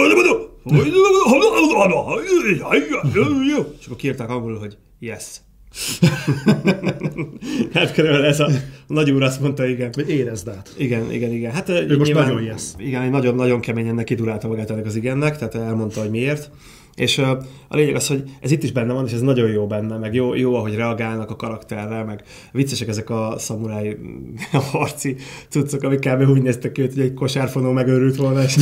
és akkor kiírták angolul, hogy yes. Hát körülbelül ez a nagy úr azt mondta, igen. Hogy érezd át. Igen, igen, igen. Hát ő most nagyon yes. Igen, nagyon-nagyon keményen neki durálta magát ennek az igennek, tehát elmondta, hogy miért. És uh, a lényeg az, hogy ez itt is benne van, és ez nagyon jó benne, meg jó, jó ahogy reagálnak a karakterre, meg viccesek ezek a szamuráj harci cuccok, amik kb. Úgy néztek ki, hogy egy kosárfonó megőrült volna, és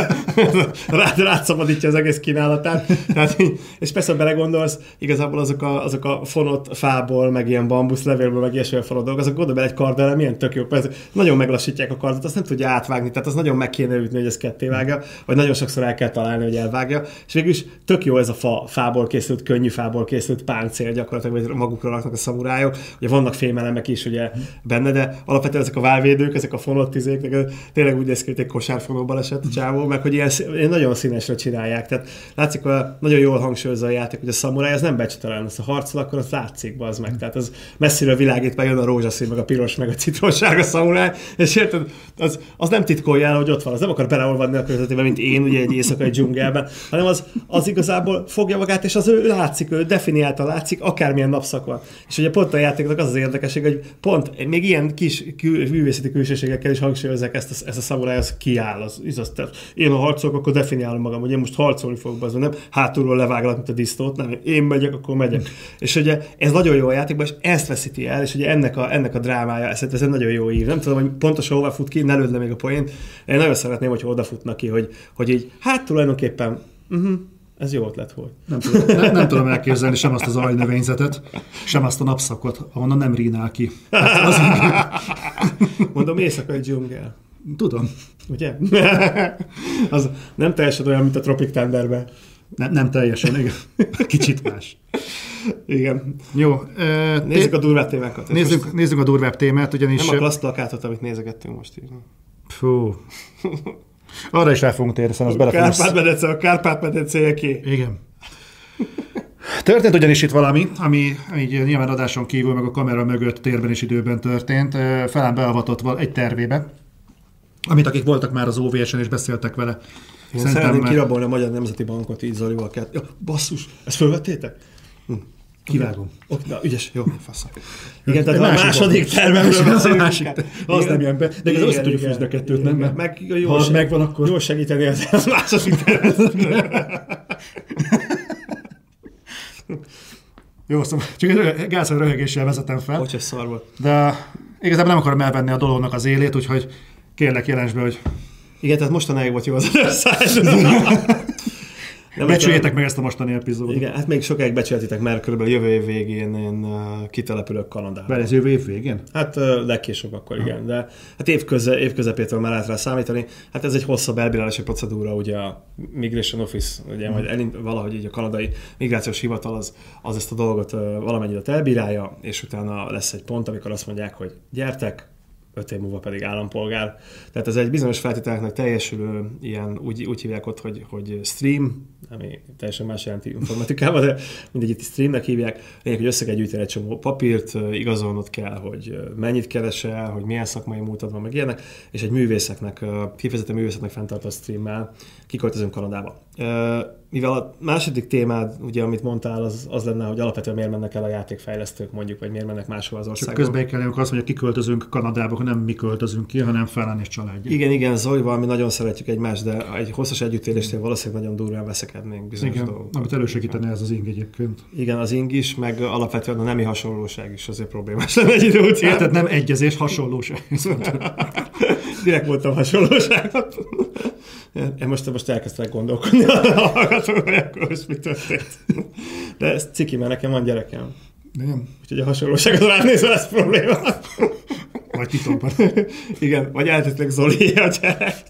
rád, rátszabadítja az egész kínálatát. Tehát, és persze, belegondolsz, igazából azok a, azok a fonott fából, meg ilyen bambuszlevélből, meg ilyesmi fonott dolgok, azok gondolj bele egy karddal, milyen tök jó. Persze, nagyon meglassítják a kardot, azt nem tudja átvágni, tehát az nagyon meg kéne ütni, hogy ez ketté vágja, vagy nagyon sokszor el kell találni, hogy elvágja. És végülis tök jó ez a fa, fából készült, könnyű fából készült páncél gyakorlatilag, vagy magukra raknak a szamurájok. Ugye vannak fémelemek is ugye benne, de alapvetően ezek a válvédők, ezek a fonott izék, tényleg úgy néz ki, hogy egy kosárfonóban esett a csávó, meg hogy ilyen, ilyen nagyon színesre csinálják. Tehát látszik, hogy nagyon jól hangsúlyozza a játék, hogy a szamuráj az nem becsatalain, az a harcol, akkor az látszik, az meg. Tehát az messziről világít, meg jön a rózsaszín, meg a piros, meg a citronsárga szamuráj, és érted, az, az nem titkolja el, hogy ott van, az nem akar beleolvadni a környezetében, mint én, ugye egy éjszakai dzsungelben, hanem az, az igazából fogja magát, és az ő látszik, ő definiáltan látszik, akármilyen napszak van. És ugye pont a játéknak az az érdekesség, hogy pont még ilyen kis kül, művészeti külsőségekkel is hangsúlyozzák ezt a, ezt a szamuráj, az kiáll, az, az, az én ha harcolok, akkor definiálom magam, hogy én most harcolni fogok, az nem hátulról leváglak, mint a disztót, nem, én megyek, akkor megyek. És ugye ez nagyon jó a játékban, és ezt veszíti el, és ugye ennek a, ennek a drámája, ez, ez egy nagyon jó ív. Nem tudom, hogy pontosan hova fut ki, ne lőd le még a poént. Én nagyon szeretném, hogy odafutnak ki, hogy, hogy így, hát tulajdonképpen uh-huh, ez jó ötlet volt. Nem tudom, nem, nem tudom elképzelni sem azt az ajnövényzetet, sem azt a napszakot, ahonnan nem rínál ki. Az, az Mondom, éjszakai dzsungel. Tudom. Ugye? Az nem teljesen olyan, mint a Tropic Thunderben. Nem, nem teljesen, igen. Kicsit más. Igen. Jó. E, nézzük a durvább témákat. Nézzük, most... nézzük a durvább témát, ugyanis... Nem a klassz plakátot, amit nézegettünk most így. Fú. Arra is rá fogunk térni, szóval az bele fogunk... Kárpát-medence, a Kárpát-medencéje ki. Igen. Történt ugyanis itt valami, ami így nyilván adáson kívül, meg a kamera mögött térben és időben történt. Felán beavatott egy tervébe, amit akik voltak már az o vé es-en és beszéltek vele. Én szeretném kirabolni a Magyar Nemzeti Bankot így Zolival kell. Ja, basszus, ezt fölvettétek? Hm. Kivágom. Okay. Na, ügyes, jó, faszak. Igen, tehát a második tervemről beszélünk. Az nem jön be. De ez azt tudjuk fűzni a kettőt, nem? Mert meg, jó, ha az megvan, akkor... Jól segíteni az második tervet. Jó, szóval csak gázol röhögéssel vezetem fel. Hogy ez szar volt. De igazából nem akarom elvenni a dolognak az élét, úgyhogy kérlek jelensd be, hogy... Igen, tehát mostanáig volt jó az Other Becsüljétek meg ezt a mostani epizódot. Igen, hát még sokáig becsültitek, mert körülbelül jövő év végén én uh, kitelepülök Kanadába. Várj, ez jövő év végén? Hát uh, legkésőbb akkor, ha. Igen. De hát év, köze, év közepétől már lehet rá számítani. Hát ez egy hosszabb elbírálási procedúra, ugye a Migration Office, ugye hmm. majd elind, valahogy így a kanadai migrációs hivatal az, az ezt a dolgot uh, valamennyit elbírálja, és utána lesz egy pont, amikor azt mondják, hogy gyertek, öt év múlva pedig állampolgár. Tehát ez egy bizonyos feltételeknek teljesülő, ilyen, úgy, úgy hívják ott, hogy, hogy stream, ami teljesen más jelenti informatikában, de mindegy, itt streamnek hívják. Lényeg, hogy össze kell gyűjteni egy csomó papírt, igazolnod kell, hogy mennyit keresel, hogy milyen szakmai múltad van, meg ilyenek, és egy művészeknek, kifejezetten művészeknek fenntartott streammel kiköltözünk Kanadába. Mivel a második témád, ugye, amit mondtál, az, az lenne, hogy alapvetően miért mennek el a játékfejlesztők, mondjuk, vagy miért mennek máshol az országban. Csak közben kell, amikor azt mondja, kiköltözünk Kanadába, nem mi költözünk ki, hanem Fellán és családja. Igen, igen, Zolival mi nagyon szeretjük egymást, de egy hosszas együttélésnél valószínűleg nagyon durván veszekednénk bizonyos igen, dolgok. Amit elősegítene ez az ing egyébként. Igen, az ing is, meg alapvetően a nemi hasonlóság is azért problémás lenne egy idő után. Érted, nem egyezés, hasonlóság. Direkt mondtam hasonlóságot. Én most, most elkezdtek gondolkodni a hallgatók, hogy akkor most mi történt. De ez ciki, mert nekem van gyerekem. Nem. Úgyhogy a hasonlóságot ránézve lesz probléma. Vagy titokban. Igen, vagy eltettek Zoli a gyerek.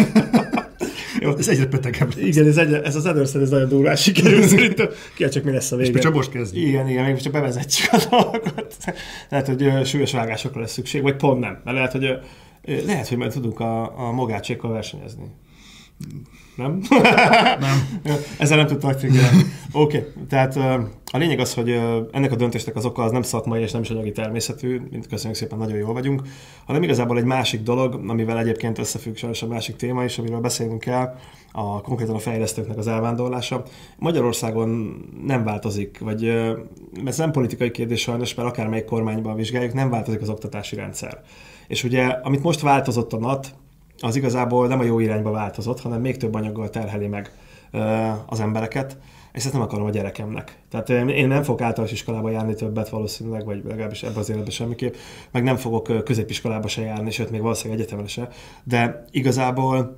Jó. Ez egyre betegebb lesz. Igen, ez, egyre, ez az Other ez nagyon durván sikerül szerintem. Ki csak mi lesz a vége. És csak most kezdjük. Igen, igen, még csak bevezetjük a dolgot. Lehet, hogy súlyos vágásokra lesz szükség, vagy pont nem. Mert lehet, hogy, lehet, hogy majd tudunk a, a mogácsékkal versenyezni. Nem? Nem. Ezzel nem tudtak figyelni. Oké, okay. Tehát a lényeg az, hogy ennek a döntésnek az oka az nem szakmai és nem is anyagi természetű, mint köszönjük szépen, nagyon jól vagyunk, hanem igazából egy másik dolog, amivel egyébként összefügg sajnos a másik téma is, amiről beszélnünk kell, a konkrétan a fejlesztőknek az elvándorlása. Magyarországon nem változik, vagy ez nem politikai kérdés sajnos, mert akármelyik kormányban vizsgáljuk, nem változik az oktatási rendszer. És ugye, amit most változott a en á té, az igazából nem a jó irányba változott, hanem még több anyaggal terheli meg az embereket, és ezt nem akarom a gyerekemnek. Tehát én nem fogok általános iskolába járni többet valószínűleg, vagy legalábbis ebben az életben semmiképp, meg nem fogok középiskolába se járni, sőt még valószínűleg egyetemre se, de igazából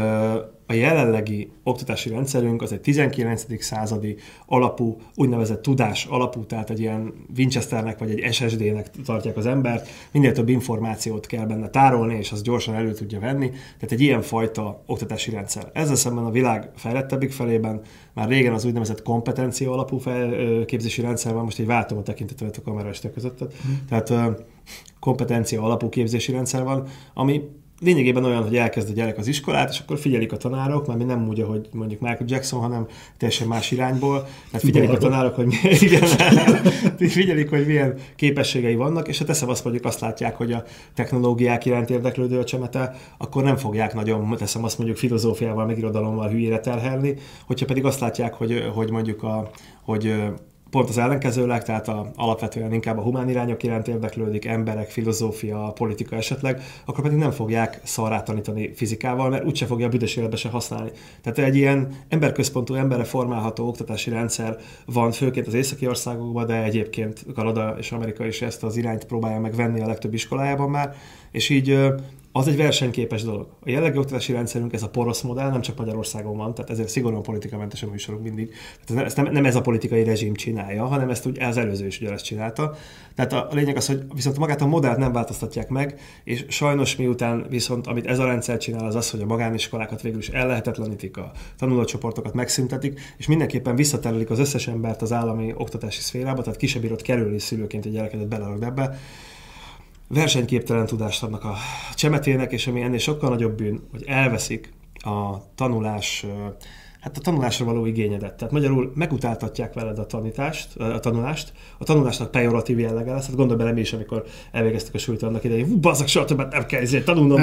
a jelenlegi oktatási rendszerünk az egy tizenkilencedik századi alapú, úgynevezett tudás alapú, tehát egy ilyen Winchesternek vagy egy es es dé-nek tartják az embert, minél több információt kell benne tárolni, és az gyorsan elő tudja venni, tehát egy ilyen fajta oktatási rendszer. Ezzel szemben a világ fejlettebbik felében már régen az úgynevezett kompetencia alapú képzési rendszer van, most így váltom a tekintetet a kamera este között, tehát kompetencia alapú képzési rendszer van, ami lényegében olyan, hogy elkezd a gyerek az iskolát, és akkor figyelik a tanárok, mert mi nem úgy, hogy mondjuk Michael Jackson, hanem teljesen más irányból. Tehát figyelik a tanárok, hogy milyen, igen, figyelik, hogy milyen képességei vannak, és ha teszem azt, mondjuk azt látják, hogy a technológiák iránt érdeklődő a csemete, akkor nem fogják nagyon, teszem azt mondjuk filozófiával, meg irodalommal hülyére terhelni, hogyha pedig azt látják, hogy, hogy mondjuk a, hogy pont az ellenkezőleg, tehát a, alapvetően inkább a humán irányok iránt érdeklődik, emberek, filozófia, politika esetleg, akkor pedig nem fogják szarrá tanítani fizikával, mert úgyse fogja a büdös életbe se használni. Tehát egy ilyen emberközpontú, emberre formálható oktatási rendszer van, főként az északi országokban, de egyébként Kanada és Amerika is ezt az irányt próbálja megvenni a legtöbb iskolájában már, és így az egy versenyképes dolog. A jelenlegi oktatási rendszerünk, ez a porosz modell, nem csak Magyarországon van, tehát ezért szigorúan politikamentes a műsorok mindig. Tehát ezt nem, nem ez a politikai rezsim csinálja, hanem ezt úgy az előző is ugyanezt csinálta. Tehát a lényeg az, hogy viszont magát a modellt nem változtatják meg, és sajnos miután viszont, amit ez a rendszer csinál, az az, hogy a magániskolákat végül is ellehetetlenítik, a tanulócsoportokat megszüntetik, és mindenképpen visszaterelik az összes embert az állami oktatási szférába, tehát ki se bírod kerülni szülőként egy gyereket belerakd ebbe. Versenyképtelen tudást adnak a csemetének, és ami ennél sokkal nagyobb bűn, hogy elveszik a tanulás, hát a tanulásra való igényedet. Tehát magyarul megutáltatják veled a tanítást, a tanulást, a tanulásnak pejoratív jellege lesz. Hát gondolj bele mi is, amikor elvégeztük a súlyt annak idején, hú, bazzak, soha többet nem kell ezért tanulnom.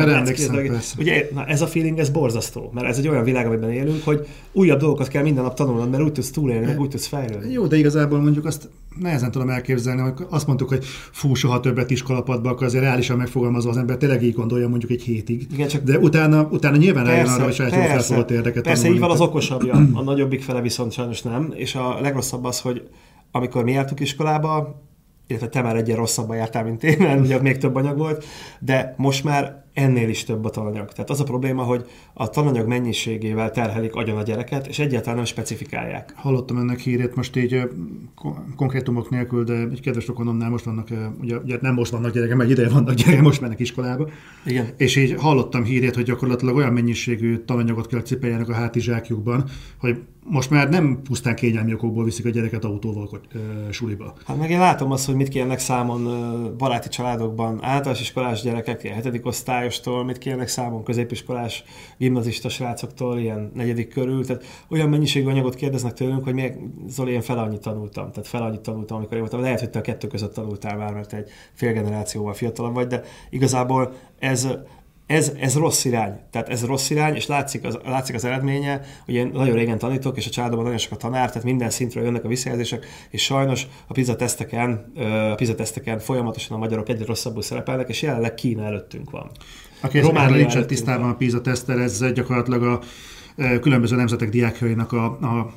Ugye, na, ez a feeling, ez borzasztó, mert ez egy olyan világ, amiben élünk, hogy újabb dolgokat kell minden nap tanulnod, mert úgy tudsz túlélni, meg úgy tudsz fejlődni. Jó, de igazából mondjuk azt nehezen tudom elképzelni, hogy azt mondtuk, hogy fú, soha többet iskolapadba, akkor azért reálisan megfogalmazva az ember tényleg így gondolja mondjuk egy hétig. Igen, csak de utána, utána nyilván eljön arra, hogy saját jól felszólott érdeket persze, így van az okosabbja, a nagyobbik fele viszont sajnos nem, és a legrosszabb az, hogy amikor mi jártuk iskolába, illetve te már egyen rosszabban jártál, mint én, mert ugye még több anyag volt, de most már ennél is több a tananyag. Tehát az a probléma, hogy a tananyag mennyiségével terhelik agyon a gyereket, és egyáltalán nem specifikálják. Hallottam ennek hírét most így konkrétumok nélkül, de egy kedves rokonomnál most vannak, ugye, ugye nem most vannak gyerekem, egy ideje vannak gyerekem, most mennek iskolába. Igen. És így hallottam hírét, hogy gyakorlatilag olyan mennyiségű tananyagot kell cipeljenek a hátizsákjukban, hogy most már nem pusztán kényelmi okokból viszik a gyereket autóval uh, suliba. Hát meg én látom azt, hogy mit kérnek számon uh, baráti családokban, általános iskolás gyerekek, ilyen hetedik osztályostól, mit kérnek számon középiskolás, gimnazista srácoktól, ilyen negyedik körül, tehát olyan mennyiségű anyagot kérdeznek tőlünk, hogy még Zoli, én fele annyit tanultam, tehát fele annyit tanultam, amikor én voltam. Lehet, hogy te a kettő között tanultál már, mert te egy fél generációval fiatalabb vagy, de igazából ez Ez, ez rossz irány. Tehát ez rossz irány, és látszik az, látszik az eredménye, hogy én nagyon régen tanítok, és a családomban nagyon sok a tanár, tehát minden szintről jönnek a visszajelzések, és sajnos a PISA teszteken, a PISA teszteken folyamatosan a magyarok egyre rosszabbul szerepelnek, és jelenleg Kína előttünk van. Aki Románia nincsen tisztában a PISA teszttel, ez gyakorlatilag a különböző nemzetek diákjainak a, a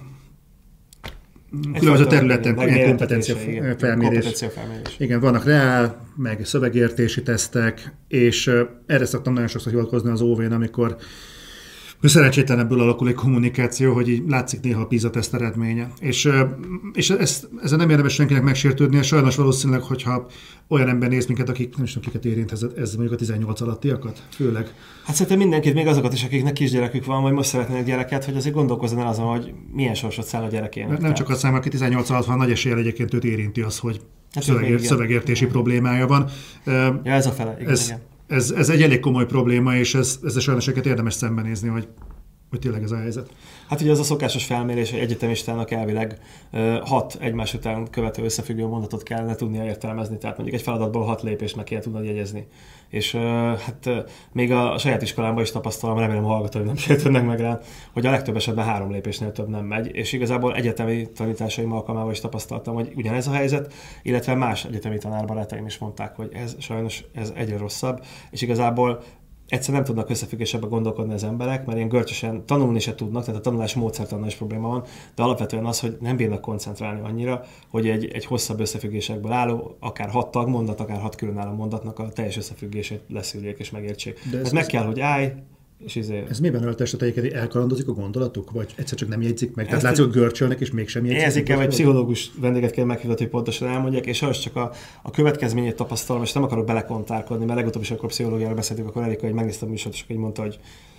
különböző területen ilyen kompetencia felmérés. Igen, vannak reál, meg szövegértési tesztek, és erre szoktam nagyon sokszor hivatkozni az óvén, amikor szerencsétlenebből alakul egy kommunikáció, hogy így látszik néha a PISA teszt eredménye. És, és ezt, ezzel nem érdemes senkinek megsértődnie, sajnos valószínűleg, hogyha olyan ember néz minket, akik nem is tudom, kiket érint ez, ez mondjuk a tizennyolc alattiakat, főleg. Hát szerintem mindenkit, még azokat is, akiknek kisgyerekük van, vagy most szeretnének gyereket, hogy azért gondolkozzon el azon, hogy milyen sorsot száll a gyerekének. Nem tehát. Csak azt számol, aki tizennyolc alatt van, nagy eséllyel egyébként őt érinti az, hogy hát szövegér, szövegértési problémája van. Ja, ez a fele, igen, ez, igen. Ez, ez egy elég komoly probléma, és ez, ezzel sajnos érdemes szembenézni, hogy hogy tényleg ez a helyzet. Hát ugye az a szokásos felmérés, hogy egyetemistának elvileg uh, hat egymás után követő összefüggő mondatot kellene tudnia értelmezni, tehát mondjuk egy feladatból hat lépést meg kell tudnod jegyezni. És uh, hát uh, még a, a saját iskolámban is tapasztalom, remélem a hallgatóim nem sértődnek meg rá, hogy a legtöbb esetben három lépésnél több nem megy, és igazából egyetemi tanításaim alkalmával is tapasztaltam, hogy ugyanez a helyzet, illetve más egyetemi tanárbarátaim is mondták, hogy ez sajnos ez egyre rosszabb, és igazából egyszer nem tudnak összefüggésebben gondolkodni az emberek, mert ilyen görcsösen tanulni se tudnak, tehát a tanulás módszertannal is probléma van, de alapvetően az, hogy nem bírnak koncentrálni annyira, hogy egy, egy hosszabb összefüggésekből álló, akár hat tagmondat, akár hat különálló mondatnak a teljes összefüggését leszűrjék és megértsék. Tehát meg kell, hogy állj, és izé... Ez miben öltesteteiket, elkalandozik a gondolatuk, vagy egyszer csak nem jegyzik meg? Tehát látszik, hogy görcsölnek, és mégsem jegyzik. Érzik el, vagy pszichológus vendéget kell meghívni, hogy pontosan elmondják, és az csak a, a következményét tapasztalom, és nem akarok belekontárkodni, mert legutóbb is, akkor pszichológiára beszéltünk, akkor Erika, hogy megnéztem a műsort, és így mondta, hogy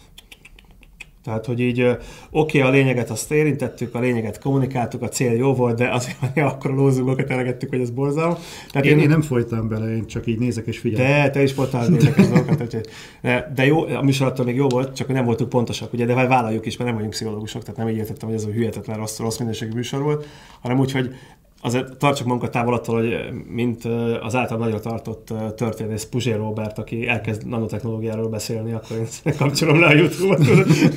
tehát, hogy így oké, okay, a lényeget azt érintettük, a lényeget kommunikáltuk, a cél jó volt, de azért akkor a lózungokat elegettük, hogy ez borzalom. Tehát én, én, én nem folytam bele, én csak így nézek és figyelem. De, te is mondtál érdekes dolgokat. De, de jó, a műsor attól még jó volt, csak nem voltunk pontosak, ugye, de vállaljuk is, mert nem vagyunk pszichológusok, tehát nem így értettem, hogy ez a hülyetetlen rossz, rossz minőségű műsor volt, hanem úgy, hogy azért tartsuk magunkat távol attól, hogy mint az által nagyra tartott történész Puzsér Róbert, aki elkezd nanotechnológiáról beszélni, akkor én kapcsolom le a YouTube-ot.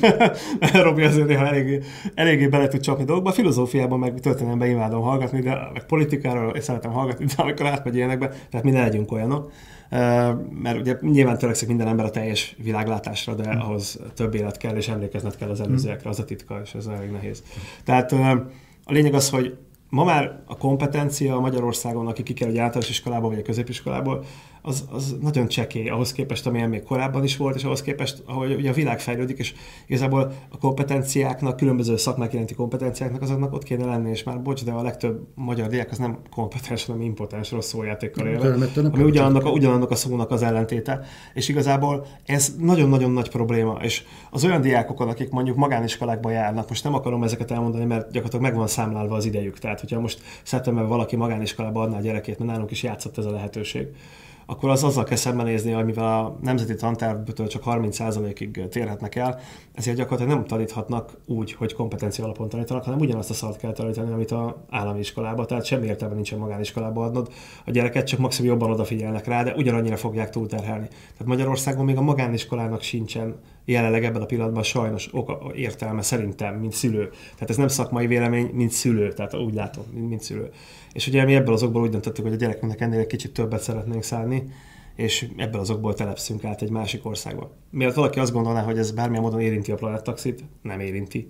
Robi azért néha eléggé, eléggé bele tud csapni dolgokba. A filozófiában meg történelemben imádom hallgatni, de meg politikáról és szeretem hallgatni, de amikor átmegy ilyenekbe, tehát mi ne legyünk olyanok. Mert ugye nyilván törekszik minden ember a teljes világlátásra, de ahhoz több élet kell, és emlékezned kell az előzőekre, az a titka, és ez elég nehéz. Tehát a lényeg az, hogy ma már a kompetencia Magyarországon, aki kikerül egy általános iskolából vagy a középiskolából, az, az nagyon csekély ahhoz képest, amilyen még korábban is volt, és ahhoz képest, ahogy ugye a világ fejlődik, és igazából a kompetenciáknak, különböző szakmák iránti kompetenciáknak azoknak ott kéne lenni, és már bocs, de a legtöbb magyar diák az nem kompetens, hanem impotens, rossz szójátékkal élve, ami ugyanannak a, ugyanannak a szónak az ellentéte, és igazából ez nagyon-nagyon nagy probléma, és az olyan diákokon, akik mondjuk magániskolákba járnak, most nem akarom ezeket elmondani, mert gyakorlatilag meg van számlálva az idejük, tehát hogyha most szeptemberben valaki magániskolába adná a gyerekét, mert nálunk is játszott ez a lehetőség, akkor az azzal kell szembenézni, hogy mivel a nemzeti tantervből csak harminc százalékig térhetnek el, ezért gyakorlatilag nem taníthatnak úgy, hogy kompetencia alapon tanítanak, hanem ugyanazt a szart kell tanítani, amit az állami iskolában, tehát semmi értelme nincsen magániskolába adnod a gyereket, csak maximum jobban odafigyelnek rá, de ugyanannyira fogják túlterhelni. Tehát Magyarországon még a magániskolának sincsen jelenleg ebben a pillanatban sajnos oka, értelme szerintem, mint szülő. Tehát ez nem szakmai vélemény, mint szülő, tehát úgy látom, mint, mint szülő. És ugye mi ebből azokból úgy döntöttük, hogy a gyerekünknek ennél egy kicsit többet szeretnénk szállni, és ebből azokból telepszünk át egy másik országba. Miért valaki azt gondolná, hogy ez bármilyen módon érinti a Planet Taxit, nem érinti.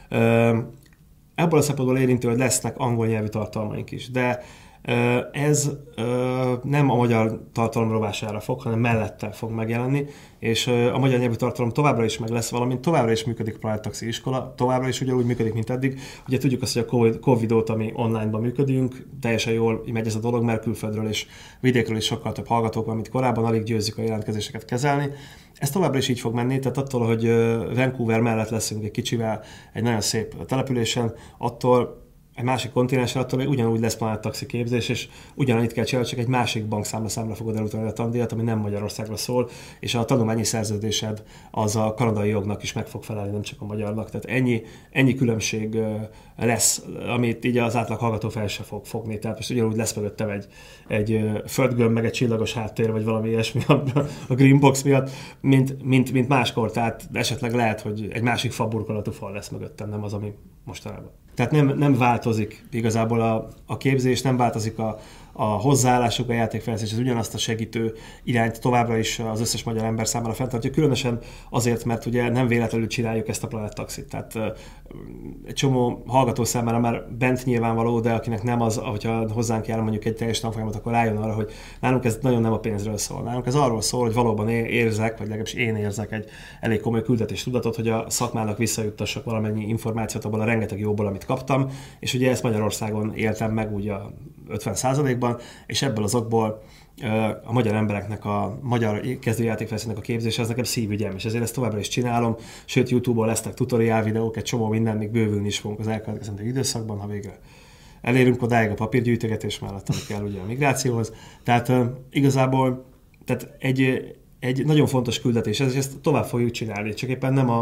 Ebből a szempontból érinti, hogy lesznek angol nyelvű tartalmaink is, de ez nem a magyar tartalom rovására fog, hanem mellette fog megjelenni, és a magyar nyelvű tartalom továbbra is meg lesz, valamint továbbra is működik a Planet Taxi iskola, továbbra is ugyanúgy működik, mint eddig. Ugye tudjuk azt, hogy a Covid óta mi online-ban működünk, teljesen jól megy ez a dolog, mert külföldről és vidékről is sokkal több hallgatók van, mint korábban, alig győzzük a jelentkezéseket kezelni. Ez továbbra is így fog menni, tehát attól, hogy Vancouver mellett leszünk egy kicsivel egy nagyon szép településen, attól egy másik kontinensen, attól még ugyanúgy lesz Planet Taxi képzés, és ugyanannyit kell csinálni, csak egy másik bankszámla számla fogod elutalni a tandíjat, ami nem Magyarországra szól, és a tanulmányi szerződésed az a kanadai jognak is meg fog felelni, nem csak a magyarnak. Tehát ennyi, ennyi különbség lesz, amit így az átlag hallgató fel se fog fogni. Tehát most ugyanúgy lesz mögöttem egy, egy földgömb, meg egy csillagos háttér, vagy valami ilyesmi a Green Box miatt, mint, mint, mint máskor. Tehát esetleg lehet, hogy egy másik faburkolatú fal lesz mögöttem, nem az, ami mostanában. Tehát nem, nem változik igazából a, a képzés, nem változik a, a hozzáállásuk, a játékfejlesztés, ez ugyanazt a segítő irányt továbbra is az összes magyar ember számára fenntartja, különösen azért, mert ugye nem véletlenül csináljuk ezt a Planet Taxit. Tehát egy csomó hallgató számára már bent nyilvánvaló, de akinek nem az, hogyha hozzánk jár mondjuk egy teljes tanfolyamat, akkor rájön arra, hogy nálunk ez nagyon nem a pénzről szól. Nálunk ez arról szól, hogy valóban érzek, vagy legalábbis én érzek egy elég komoly küldetéstudatot, hogy a szakmának visszajuttassak valamennyi információt abból a rengeteg jóból, amit kaptam, és ugye ezt Magyarországon éltem meg úgy a ötven százalékban, és ebből az okból a magyar embereknek, a magyar kezdőjátékfejlesztőnek a képzése, az nekem szívügyem, és ezért ezt továbbra is csinálom, sőt YouTube-on lesznek tutoriál videók, egy csomó minden, még bővülni is fogunk az elkövetkezendő időszakban, ha végre elérünk odáig a papírgyűjtögetés mellett, ami kell ugye a migrációhoz. Tehát uh, igazából tehát egy, egy nagyon fontos küldetés, ez, és ezt tovább fogjuk csinálni, csak éppen nem a, a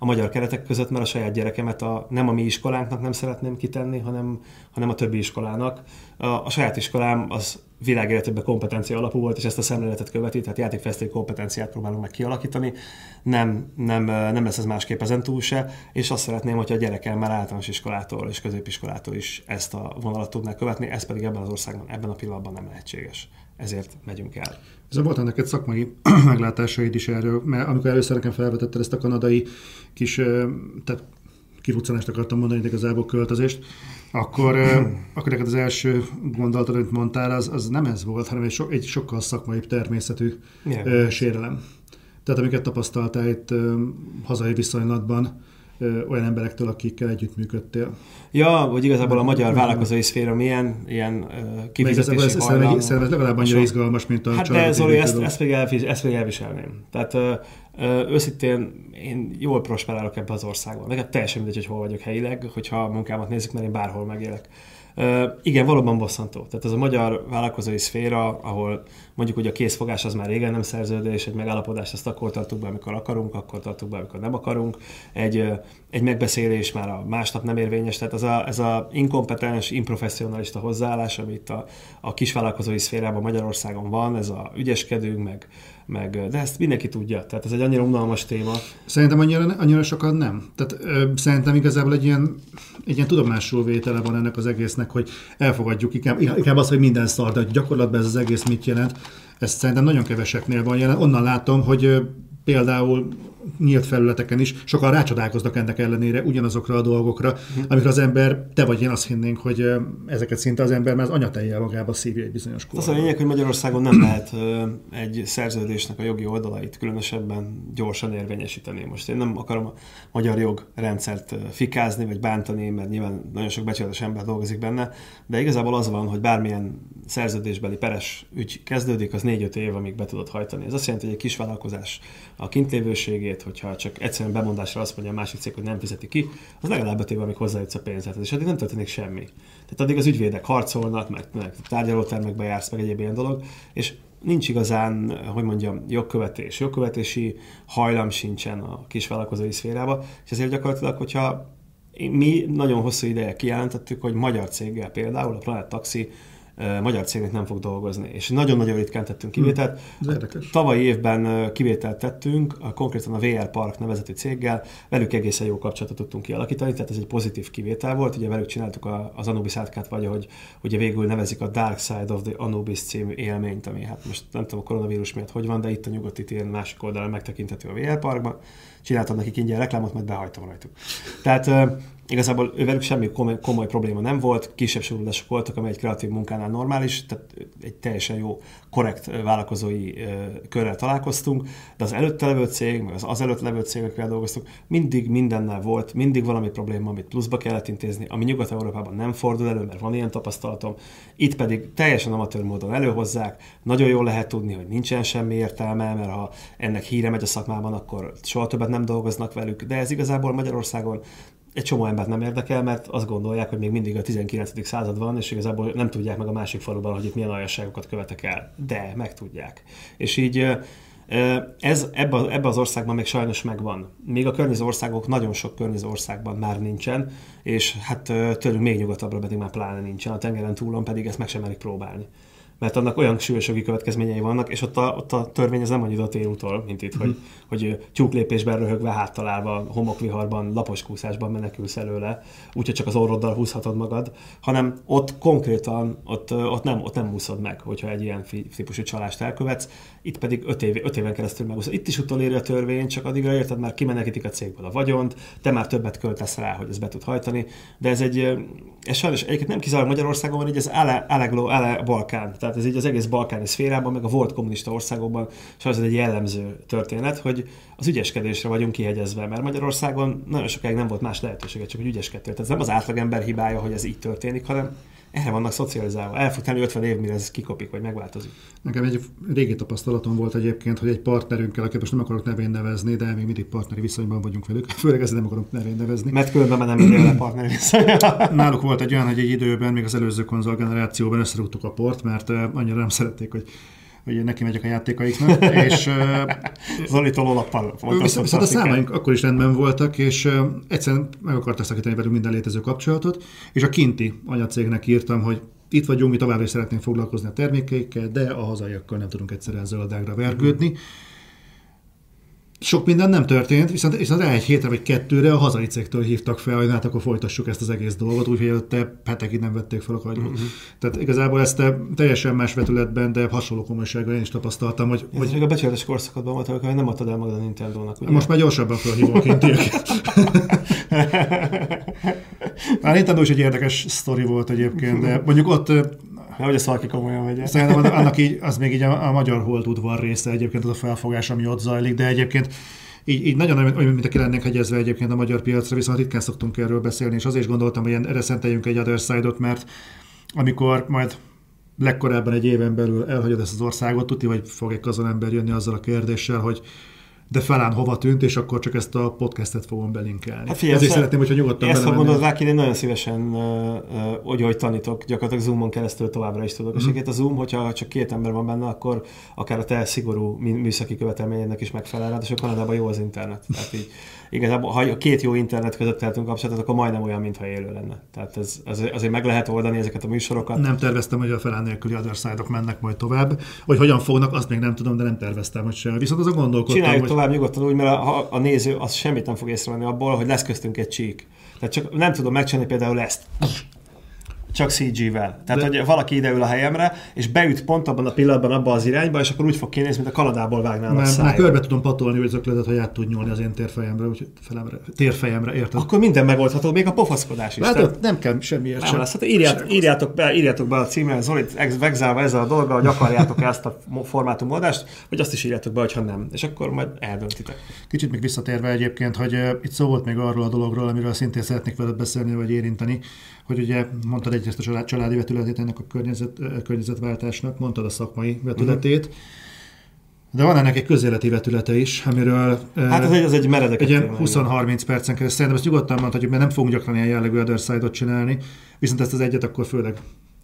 a magyar keretek között, mert a saját gyerekemet a, nem a mi iskolánknak nem szeretném kitenni, hanem, hanem a többi iskolának. A, a saját iskolám az világéletében kompetencia alapú volt, és ezt a szemléletet követi, tehát játékfejlesztői kompetenciát próbálunk meg kialakítani. Nem, nem, nem lesz ez másképp ezen túl se, és azt szeretném, hogyha a gyerekem már általános iskolától és középiskolától is ezt a vonalat tudná követni, ez pedig ebben az országban, ebben a pillanatban nem lehetséges. Ezért megyünk el. Ez voltak neked szakmai meglátásaid is erről, mert amikor először nekem felvetetted ezt a kanadai kis, tehát kiruccanást akartam mondani, de igazából költözést, akkor, akkor neked az első gondolatod, amit mondtál, az, az nem ez volt, hanem egy, so, egy sokkal szakmaibb természetű uh, sérelem. Tehát amiket tapasztaltál itt uh, hazai viszonylatban, ö, olyan emberektől, akikkel együttműködtél. Ja, hogy igazából a magyar vállalkozói szféra milyen ilyen kifizetési hajlam. Szerintem ez legalább annyira izgalmas, mint a hát családi. Hát de Zoli, ezt, ezt, még elvis, ezt még elviselném. Tehát ö, ö, őszintén én jól prosperálok ebbe az országban. Nekem teljesen mindegy, hogy hol vagyok helyileg, hogyha a munkámat nézzük, mert én bárhol megélek. Uh, igen, valóban bosszantó. Tehát ez a magyar vállalkozói szféra, ahol mondjuk hogy a készfogás az már régen nem szerződés, egy megállapodást azt akkor tartunk be, amikor akarunk, akkor tartunk be, amikor nem akarunk. Egy, egy megbeszélés már a másnap nem érvényes. Tehát ez a, ez a inkompetens, improfessionalista hozzáállás, ami itt a, a kisvállalkozói szférában Magyarországon van, ez a ügyeskedünk, meg, meg, de ezt mindenki tudja. Tehát ez egy annyira unalmas téma. Szerintem annyira, annyira sokan nem. Tehát ö, szerintem igazából egy ilyen, egy ilyen tudomásul vétele van ennek az egésznek, hogy elfogadjuk, inkább, inkább az, hogy minden szar, de gyakorlatban ez az egész mit jelent. Ezt szerintem nagyon keveseknél van jelen. Onnan látom, hogy ö, például nyílt felületeken is sokan rácsodálkoznak ennek ellenére ugyanazokra a dolgokra, hm. amikor az ember, te vagy én azt hinnénk, hogy ö, ezeket szinte az ember már az anyatejjel magába szívja egy bizonyos korban. Az a lényeg, hogy Magyarországon nem lehet ö, egy szerződésnek a jogi oldalait különösebben gyorsan érvényesíteni. Most én nem akarom a magyar jogrendszert fikázni, vagy bántani, mert nyilván nagyon sok becsületes ember dolgozik benne, de igazából az van, hogy bármilyen szerződésbeli peres ügy kezdődik, az négy-öt év, amíg be tudod hajtani. Ez azt jelenti, hogy egy kisvállalkozás a kintlévőségét, hogyha csak egyszerűen bemondásra azt mondja a másik cég, hogy nem fizeti ki, az legalább öt év, amíg hozzájutsz a pénzhez. És addig nem történik semmi. Tehát addig az ügyvédek harcolnak, meg, meg tárgyalótermekbe jársz, meg egyéb ilyen dolog, és nincs igazán, hogy mondjam, jogkövetés. Jogkövetési hajlam sincsen a kisvállalkozói szférába, és ezért gyakorlatilag, hogyha mi nagyon hosszú ideje kijelentettük, hogy magyar céggel például, a Planet Taxi magyar cégnek nem fog dolgozni. És nagyon-nagyon ritkán tettünk kivételt. Tavalyi évben kivételt tettünk, konkrétan a vé er Park nevezetű céggel, velük egészen jó kapcsolatot tudtunk kialakítani, tehát ez egy pozitív kivétel volt. Ugye velük csináltuk az Anubis átkát, vagy ahogy ugye végül nevezik a Dark Side of the Anubis című élményt, ami hát most nem tudom a koronavírus miatt hogy van, de itt a nyugati téren másik oldalon megtekinthető a vé er Parkban. Csináltam nekik ingyen reklámot, majd behajtom rajtuk. Tehát uh, igazából ővelük semmi komoly, komoly probléma nem volt, kisebb sorulások voltak, amely egy kreatív munkánál normális, tehát egy teljesen jó, korrekt vállalkozói uh, körrel találkoztunk, de az előtte levő cég, meg az az előtt levő cégekkel dolgoztunk, mindig mindennel volt, mindig valami probléma, amit pluszba kellett intézni, ami Nyugat-Európában nem fordul elő, mert van ilyen tapasztalatom, itt pedig teljesen amatőr módon előhozzák, nagyon jól lehet tudni, hogy nincsen semmi értelme, mert ha ennek híre megy a szakmában, akkor soha többet nem dolgoznak velük, de ez igazából Magyarországon egy csomó embert nem érdekel, mert azt gondolják, hogy még mindig a tizenkilencedik század van, és igazából nem tudják meg a másik faluban, hogy itt milyen aljasságokat követek el. De megtudják. És így ez ebbe, ebbe az országban még sajnos megvan. Még a környező országok, nagyon sok környező országban már nincsen, és hát tőlünk még nyugatabbra pedig már pláne nincsen, a tengeren túlon pedig ezt meg sem merik próbálni. Mert annak olyan súlyos jogi következményei vannak, és ott a, ott a törvény az nem annyit a télútól, mint itt, mm. hogy, hogy tyúklépésben röhögve, háttalálva, homokviharban, laposkúszásban menekülsz előle, úgyhogy csak az orroddal húzhatod magad, hanem ott konkrétan, ott, ott, nem, ott nem úszod meg, hogyha egy ilyen típusú csalást elkövetsz, itt pedig öt, év, öt éven keresztül megúszod. Itt is utoléri a törvény, csak addigra érted, már kimenekítik a cégből a vagyont, te már többet költesz rá, hogy ezt be tud hajtani, de ez egy, ez sajnos egyébként nem kizárólag Magyarországon van, így ez ale Balkán. Tehát ez így az egész balkáni szférában, meg a volt kommunista országokban sajnos ez egy jellemző történet, hogy az ügyeskedésre vagyunk kihegyezve, mert Magyarországon nagyon sokáig nem volt más lehetősége, csak hogy ügyeskedtél. Tehát ez nem az átlagember hibája, hogy ez így történik, hanem erre vannak szocializálva. El fog tenni ötven év, mire ez kikopik, vagy megváltozik. Nekem egy régi tapasztalatom volt egyébként, hogy egy partnerünkkel, akit most nem akarok nevén nevezni, de még mindig partneri viszonyban vagyunk velük. Főleg ezért nem akarok nevén nevezni. Mert különben már nem idél a partneri viszonyban. Náluk volt egy olyan, hogy egy időben, még az előző konzol generációban összerúgtuk a port, mert annyira nem szerették, hogy hogy neki megyek a játékaiknak, és Zoli tolólappal volt. Viszont a számaink akkor is rendben voltak, és egyszerűen meg akartak szakítani velünk minden létező kapcsolatot, és a kinti anyacégnek írtam, hogy itt vagyunk, mi továbbra is szeretnénk foglalkozni a termékeikkel, de a hazaiakkal nem tudunk egyszerűen zöldágra vergődni. Mm. Sok minden nem történt, viszont, viszont rá egy hétre vagy kettőre a hazai cégtől hívtak fel, hogy hát akkor folytassuk ezt az egész dolgot, úgyhogy te hetekig nem vették fel a kagylót. Mm-hmm. Tehát igazából ezt teljesen más vetületben, de hasonló komolysággal én is tapasztaltam, hogy... Ez hogy... a becsületes korszakadban volt, hogy nem adtad el magad a Nintendónak, ugye? Most már gyorsabban felhívok kintieket. A Nintendo is egy érdekes sztori volt egyébként, de mondjuk ott... Nehogy ezt valaki komolyan vegye. Szerintem annak így, az még így a, a magyar holdudvar része egyébként, az a felfogás, ami ott zajlik, de egyébként így, így nagyon olyan, mint aki lennénk hegyezve egyébként a magyar piacra, viszont ritkán szoktunk erről beszélni, és azért is gondoltam, hogy erre szenteljünk egy Other Side-ot, mert amikor majd legkorábban egy éven belül elhagyod ezt az országot, tudni, hogy fog egy kazon jönni azzal a kérdéssel, hogy de felán hova tűnt, és akkor csak ezt a podcastet fogom belinkelni. Hát figyelj, ezért szeretném, hogyha nyugodtan ezt ha gondolod rá, én nagyon szívesen, uh, uh, hogy, hogy tanítok, gyakorlatilag Zoomon keresztül továbbra is tudok. Mm. És a Zoom, hogyha csak két ember van benne, akkor akár a te szigorú műszaki követelményednek is megfelel, ráadásul Kanadában jó az internet. Tehát így, igazából, ha a két jó internet között tehetünk kapcsolatot, akkor majdnem olyan, mintha élő lenne. Tehát ez, ez, azért meg lehet oldani ezeket a műsorokat. Nem terveztem, hogy a felán nélküli Other Side-ok mennek majd tovább. Hogy hogyan fognak, azt még nem tudom, de nem terveztem, hogy sem. Viszont azon gondolkodtam, csináljuk hogy... tovább nyugodtan úgy, mert a, a néző az semmit nem fog észrevenni abból, hogy lesz köztünk egy csík. Tehát csak nem tudom megcsinálni például ezt. Csak cé gé-vel. Tehát, de... hogy valaki ideül a helyemre, és beüt pont abban a pillanatban abba az irányba, és akkor úgy fog kinézni, mint a Kanadából vágnál a szájra. Már körbe tudom patolni, hogy zökletet, hogy át tud nyúlni az én térfejemre, úgyhogy felemre, térfejemre, érted? Akkor minden megoldható, még a pofaszkodás is. Hát nem kell semmiért sem. Hát írját, írjátok, be, írjátok be a címre, Zolit vegzálva ezzel a dolga, hogy akarjátok ezt a formátumoldást, vagy azt is írjátok be, hogyha nem. És akkor majd eldöntitek. Kicsit még visszatérve egyébként, hogy uh, itt szó volt még arról a dologról, amiről szintén szeretnék veled beszélni, vagy érinteni, hogy ugye mondtad egyrészt a család, családi vetületét ennek a környezet, környezetváltásnak, mondtad a szakmai vetületét, uh-huh. de van ennek egy közéleti vetülete is, amiről hát ez egy, az egy meredek egy ilyen húsz-harminc percen keresztül. Szerintem ezt nyugodtan mondhatjuk, mert nem fogunk gyakran ilyen jellegű Other Side-ot csinálni, viszont ezt az egyet akkor főleg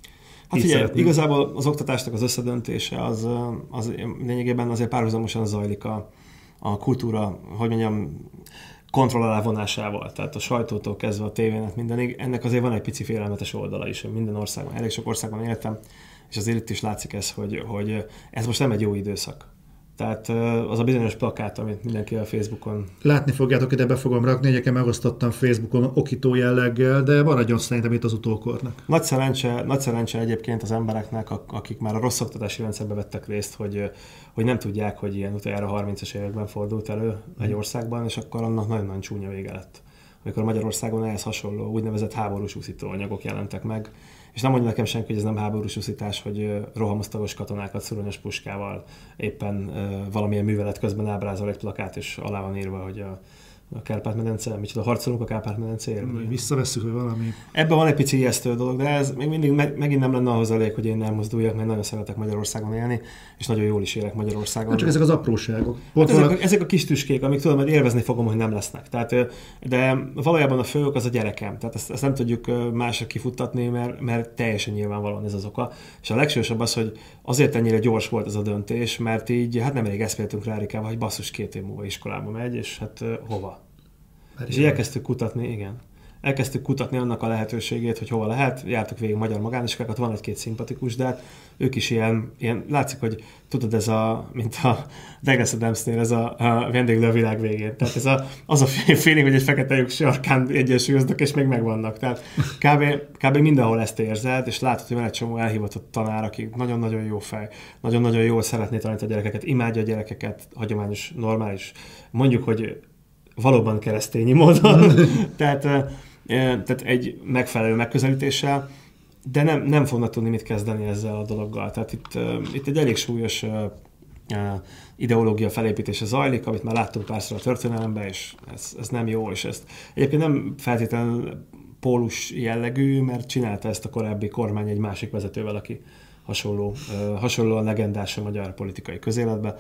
hát figyelj, igazából az oktatásnak az összedöntése az, az lényegében azért párhuzamosan zajlik a, a kultúra, hogy mondjam, kontroll alá vonásával, tehát a sajtótól kezdve a tévének mindenig. Ennek azért van egy pici félelmetes oldala is, minden országban, elég sok országban éltem, és azért itt is látszik ez, hogy, hogy ez most nem egy jó időszak. Tehát az a bizonyos plakát, amit mindenki a Facebookon... Látni fogjátok, ide be fogom rakni, egyébként megosztottam Facebookon okító jelleggel, de maradjon szerintem itt az utókornak. Nagy szerencse, nagy szerencse egyébként az embereknek, akik már a rossz oktatási rendszerben vettek részt, hogy, hogy nem tudják, hogy ilyen utoljára harmincas években fordult elő egy országban, és akkor annak nagyon-nagyon csúnya vége lett. Amikor Magyarországon ehhez hasonló úgynevezett háborús úszító anyagok jelentek meg, és nem mondja nekem senki, hogy ez nem háborús úszítás, hogy rohamosztagos katonákat szuronyos puskával éppen uh, valamilyen művelet közben ábrázol egy plakát, és alá van írva, hogy a, a Kárpát-medence, micsoda harcolunk a Kárpát-medencéért. Visszavesszük, hogy valami... Ebben van egy pici ijesztő dolog, de ez még mindig meg, megint nem lenne ahhoz elég, hogy én elmozduljak, mert nagyon szeretek Magyarországon élni, és nagyon jól is élek Magyarországon. Csak ezek az apróságok. Hát ezek, a, ezek a kis tüskék, amik tudom, hogy élvezni fogom, hogy nem lesznek. Tehát, de valójában a fők az a gyerekem. Tehát ezt, ezt nem tudjuk másra kifuttatni, mert, mert teljesen nyilvánvalóan ez az oka. És a legsősebb az, hogy azért ennyire gyors volt ez a döntés, mert így hát nem elég eszméltünk rá Erikával, hogy basszus két év múlva iskolába megy, és hát hova? És így elkezdtük kutatni, igen. Elkezdtük kutatni annak a lehetőségét, hogy hova lehet. Jártuk végig magyar magániskolákat, van egy-két szimpatikus, de hát ők is ilyen, ilyen, látszik, hogy tudod, ez a, mint a Douglas Adamsnél, ez a, a vendéglő a világ végén. Tehát ez a, az a feeling, hogy egy fekete lyuk sarkán egyensúlyoznak, és még megvannak. Tehát kb, kb. Mindenhol ezt érzed, és látod, hogy van egy csomó elhivatott tanár, aki nagyon-nagyon jó fej, nagyon-nagyon jól szeretné tanítani a gyerekeket, imádja a gyerekeket, hagyományos, normális. Mondjuk, hogy valóban keresztényi módon, tehát, tehát egy megfelelő megközelítéssel, de nem, nem fognak tudni mit kezdeni ezzel a dologgal. Tehát itt, itt egy elég súlyos ideológia felépítése zajlik, amit már láttunk párszor a történelemben, és ez, ez nem jó, és ezt egyébként nem feltétlenül pólus jellegű, mert csinálta ezt a korábbi kormány egy másik vezetővel, aki hasonló, hasonlóan legendás a magyar politikai közéletben.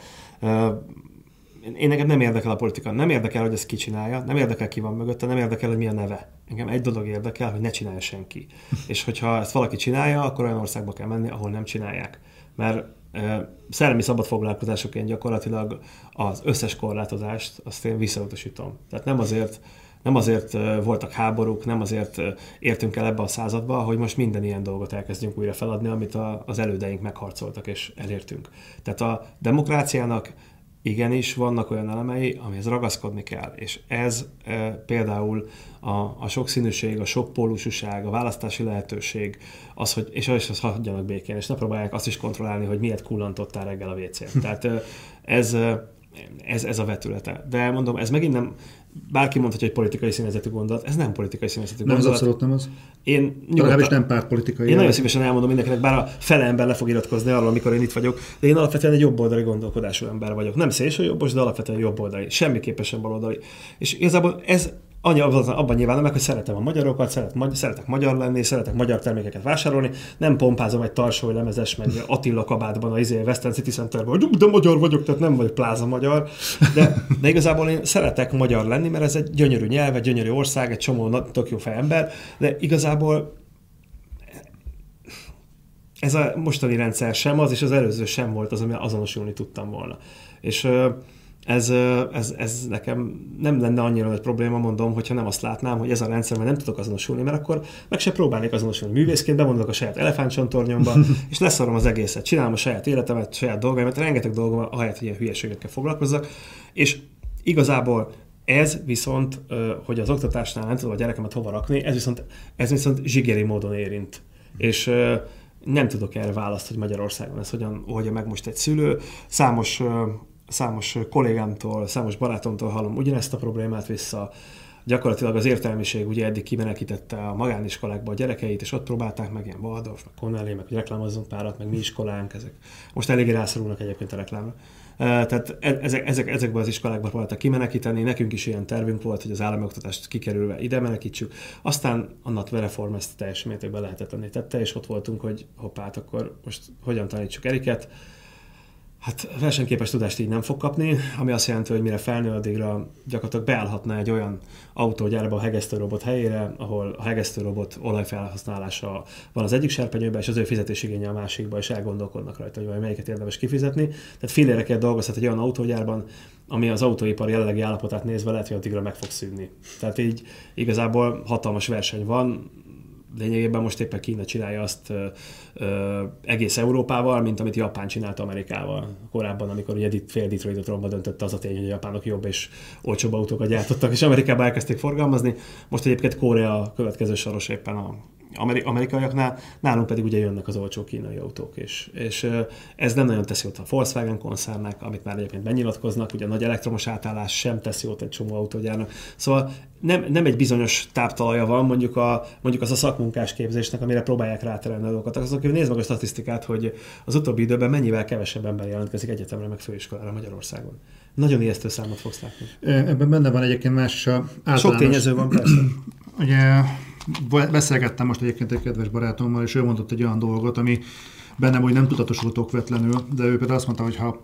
Én nekem nem érdekel a politika, nem érdekel, hogy ezt ki csinálja, nem érdekel, ki van mögötte, nem érdekel, hogy mi a neve. Engem egy dolog érdekel, hogy ne csinálja senki. És hogyha ezt valaki csinálja, akkor olyan országba kell menni, ahol nem csinálják. Mert szellemi szabadfoglalkozásoként gyakorlatilag az összes korlátozást azt én visszautasítom. Tehát nem azért, nem azért voltak háborúk, nem azért értünk el ebbe a századba, hogy most minden ilyen dolgot elkezdjünk újra feladni, amit a, az elődeink megharcoltak és elértünk. Tehát a demokráciának igenis vannak olyan elemei, amihez ragaszkodni kell, és ez e, például a, a sokszínűség, a sokpólusúság, a választási lehetőség, az, hogy, és az hagyjanak békén, és ne próbálják azt is kontrollálni, hogy miért kullantottál reggel a vécén. Tehát ez, ez, ez a vetülete. De mondom, ez megint nem, bárki mondhatja, hogy politikai színezetű gondolat, ez nem politikai színezetű nem, gondolat. Ez abszolút nem az. Én legalábbis nem pártpolitikai. Én nagyon szívesen elmondom mindenkinek, bár a fele ember le fog iratkozni arról, amikor én itt vagyok, de én alapvetően egy jobboldali gondolkodású ember vagyok. Nem szélső jobbos, de alapvetően jobboldali. Semmiképpen sem baloldali. És igazából ez annyi abban nyilvánul meg, hogy szeretem a magyarokat, szeret, szeretek magyar lenni, szeretek magyar termékeket vásárolni, nem pompázom egy Tarsói lemezes, meg Attila kabátban a izé Western City Centerben, hogy de magyar vagyok, tehát nem vagy pláza magyar, de, de igazából én szeretek magyar lenni, mert ez egy gyönyörű nyelv, egy gyönyörű ország, egy csomó tök jó fej ember, de igazából ez a mostani rendszer sem az, és az előző sem volt az, ami azonosulni tudtam volna. És Ez, ez, ez nekem nem lenne annyira nagy probléma, mondom, hogyha nem azt látnám, hogy ez a rendszer, mert nem tudok azonosulni, mert akkor meg se próbálnék azonosulni művészként, bemondok a saját elefántcsontornyomba, és leszarom az egészet, csinálom a saját életemet, saját dolgaimat, rengeteg dolgom, ahelyett, hogy ilyen hülyeségekkel foglalkozzak, és igazából ez viszont, hogy az oktatásnál nem tudom a gyerekemet hova rakni, ez viszont, ez viszont zsigeri módon érint. És nem tudok erre választ, hogy Magyarországon ez hogyan oldja meg most egy szülő. Számos Számos kollégámtól, számos barátomtól hallom ugyanezt a problémát vissza. Gyakorlatilag az értelmiség ugye eddig kimenekítette a magániskolákba a gyerekeit, és ott próbálták meg ilyen Waldorf, meg Connelly, meg hogy reklámozzunk párat, meg mi iskolánk, ezek. Most eléggé rászorulnak egyébként a reklámra. Tehát ezek, ezek, ezekben az iskolákban próbáltak kimenekíteni, nekünk is ilyen tervünk volt, hogy az állami oktatást kikerülve ide menekítsük. Aztán a NATVE reform ezt teljes mértékben lehetetlenné tette, és ott voltunk, hogy hoppát, akkor most hogyan tanítsuk Eriket. Hát versenyképes tudást így nem fog kapni, ami azt jelenti, hogy mire felnő, addigra gyakorlatilag beállhatna egy olyan autógyárba a hegesztőrobot helyére, ahol a hegesztőrobot olajfelhasználása van az egyik serpenyőben, és az ő fizetésigénye a másikba, és elgondolkodnak rajta, hogy melyiket érdemes kifizetni. Tehát filléreket dolgozhat egy olyan autógyárban, ami az autóipar jelenlegi állapotát nézve lehet, hogy addigra meg fog szűnni. Tehát így igazából hatalmas verseny van. Lényegében most éppen Kína csinálja azt ö, ö, egész Európával, mint amit Japán csinált Amerikával. Korábban, amikor ugye fél Detroitot romba döntötte az a tény, hogy a japánok jobb és olcsóbb autókat gyártottak, és Amerikában elkezdték forgalmazni. Most egyébként Korea a következő soros éppen a amerikaiaknál, nálunk pedig ugye jönnek az olcsó kínai autók, és, és ez nem nagyon teszi jót a Volkswagen koncernnek, amit már egyébként benyilatkoznak, ugye a nagy elektromos átállás sem teszi jót egy csomó autógyárnak. Szóval nem, nem egy bizonyos táptalaja van mondjuk, a, mondjuk az a szakmunkás képzésnek, amire próbálják ráterelni a dolgokat. Azok, hogy nézd meg a statisztikát, hogy az utóbbi időben mennyivel kevesebb ember jelentkezik egyetemre, meg főiskolára Magyarországon. Nagyon ijesztő számot fogsz látni. Ebben benne van egyébként más általános... Sok tényező van, persze. Ugye beszélgettem most egyébként egy kedves barátommal, és ő mondott egy olyan dolgot, ami bennem úgy nem tudatosult okvetlenül, de ő például azt mondta, hogy ha,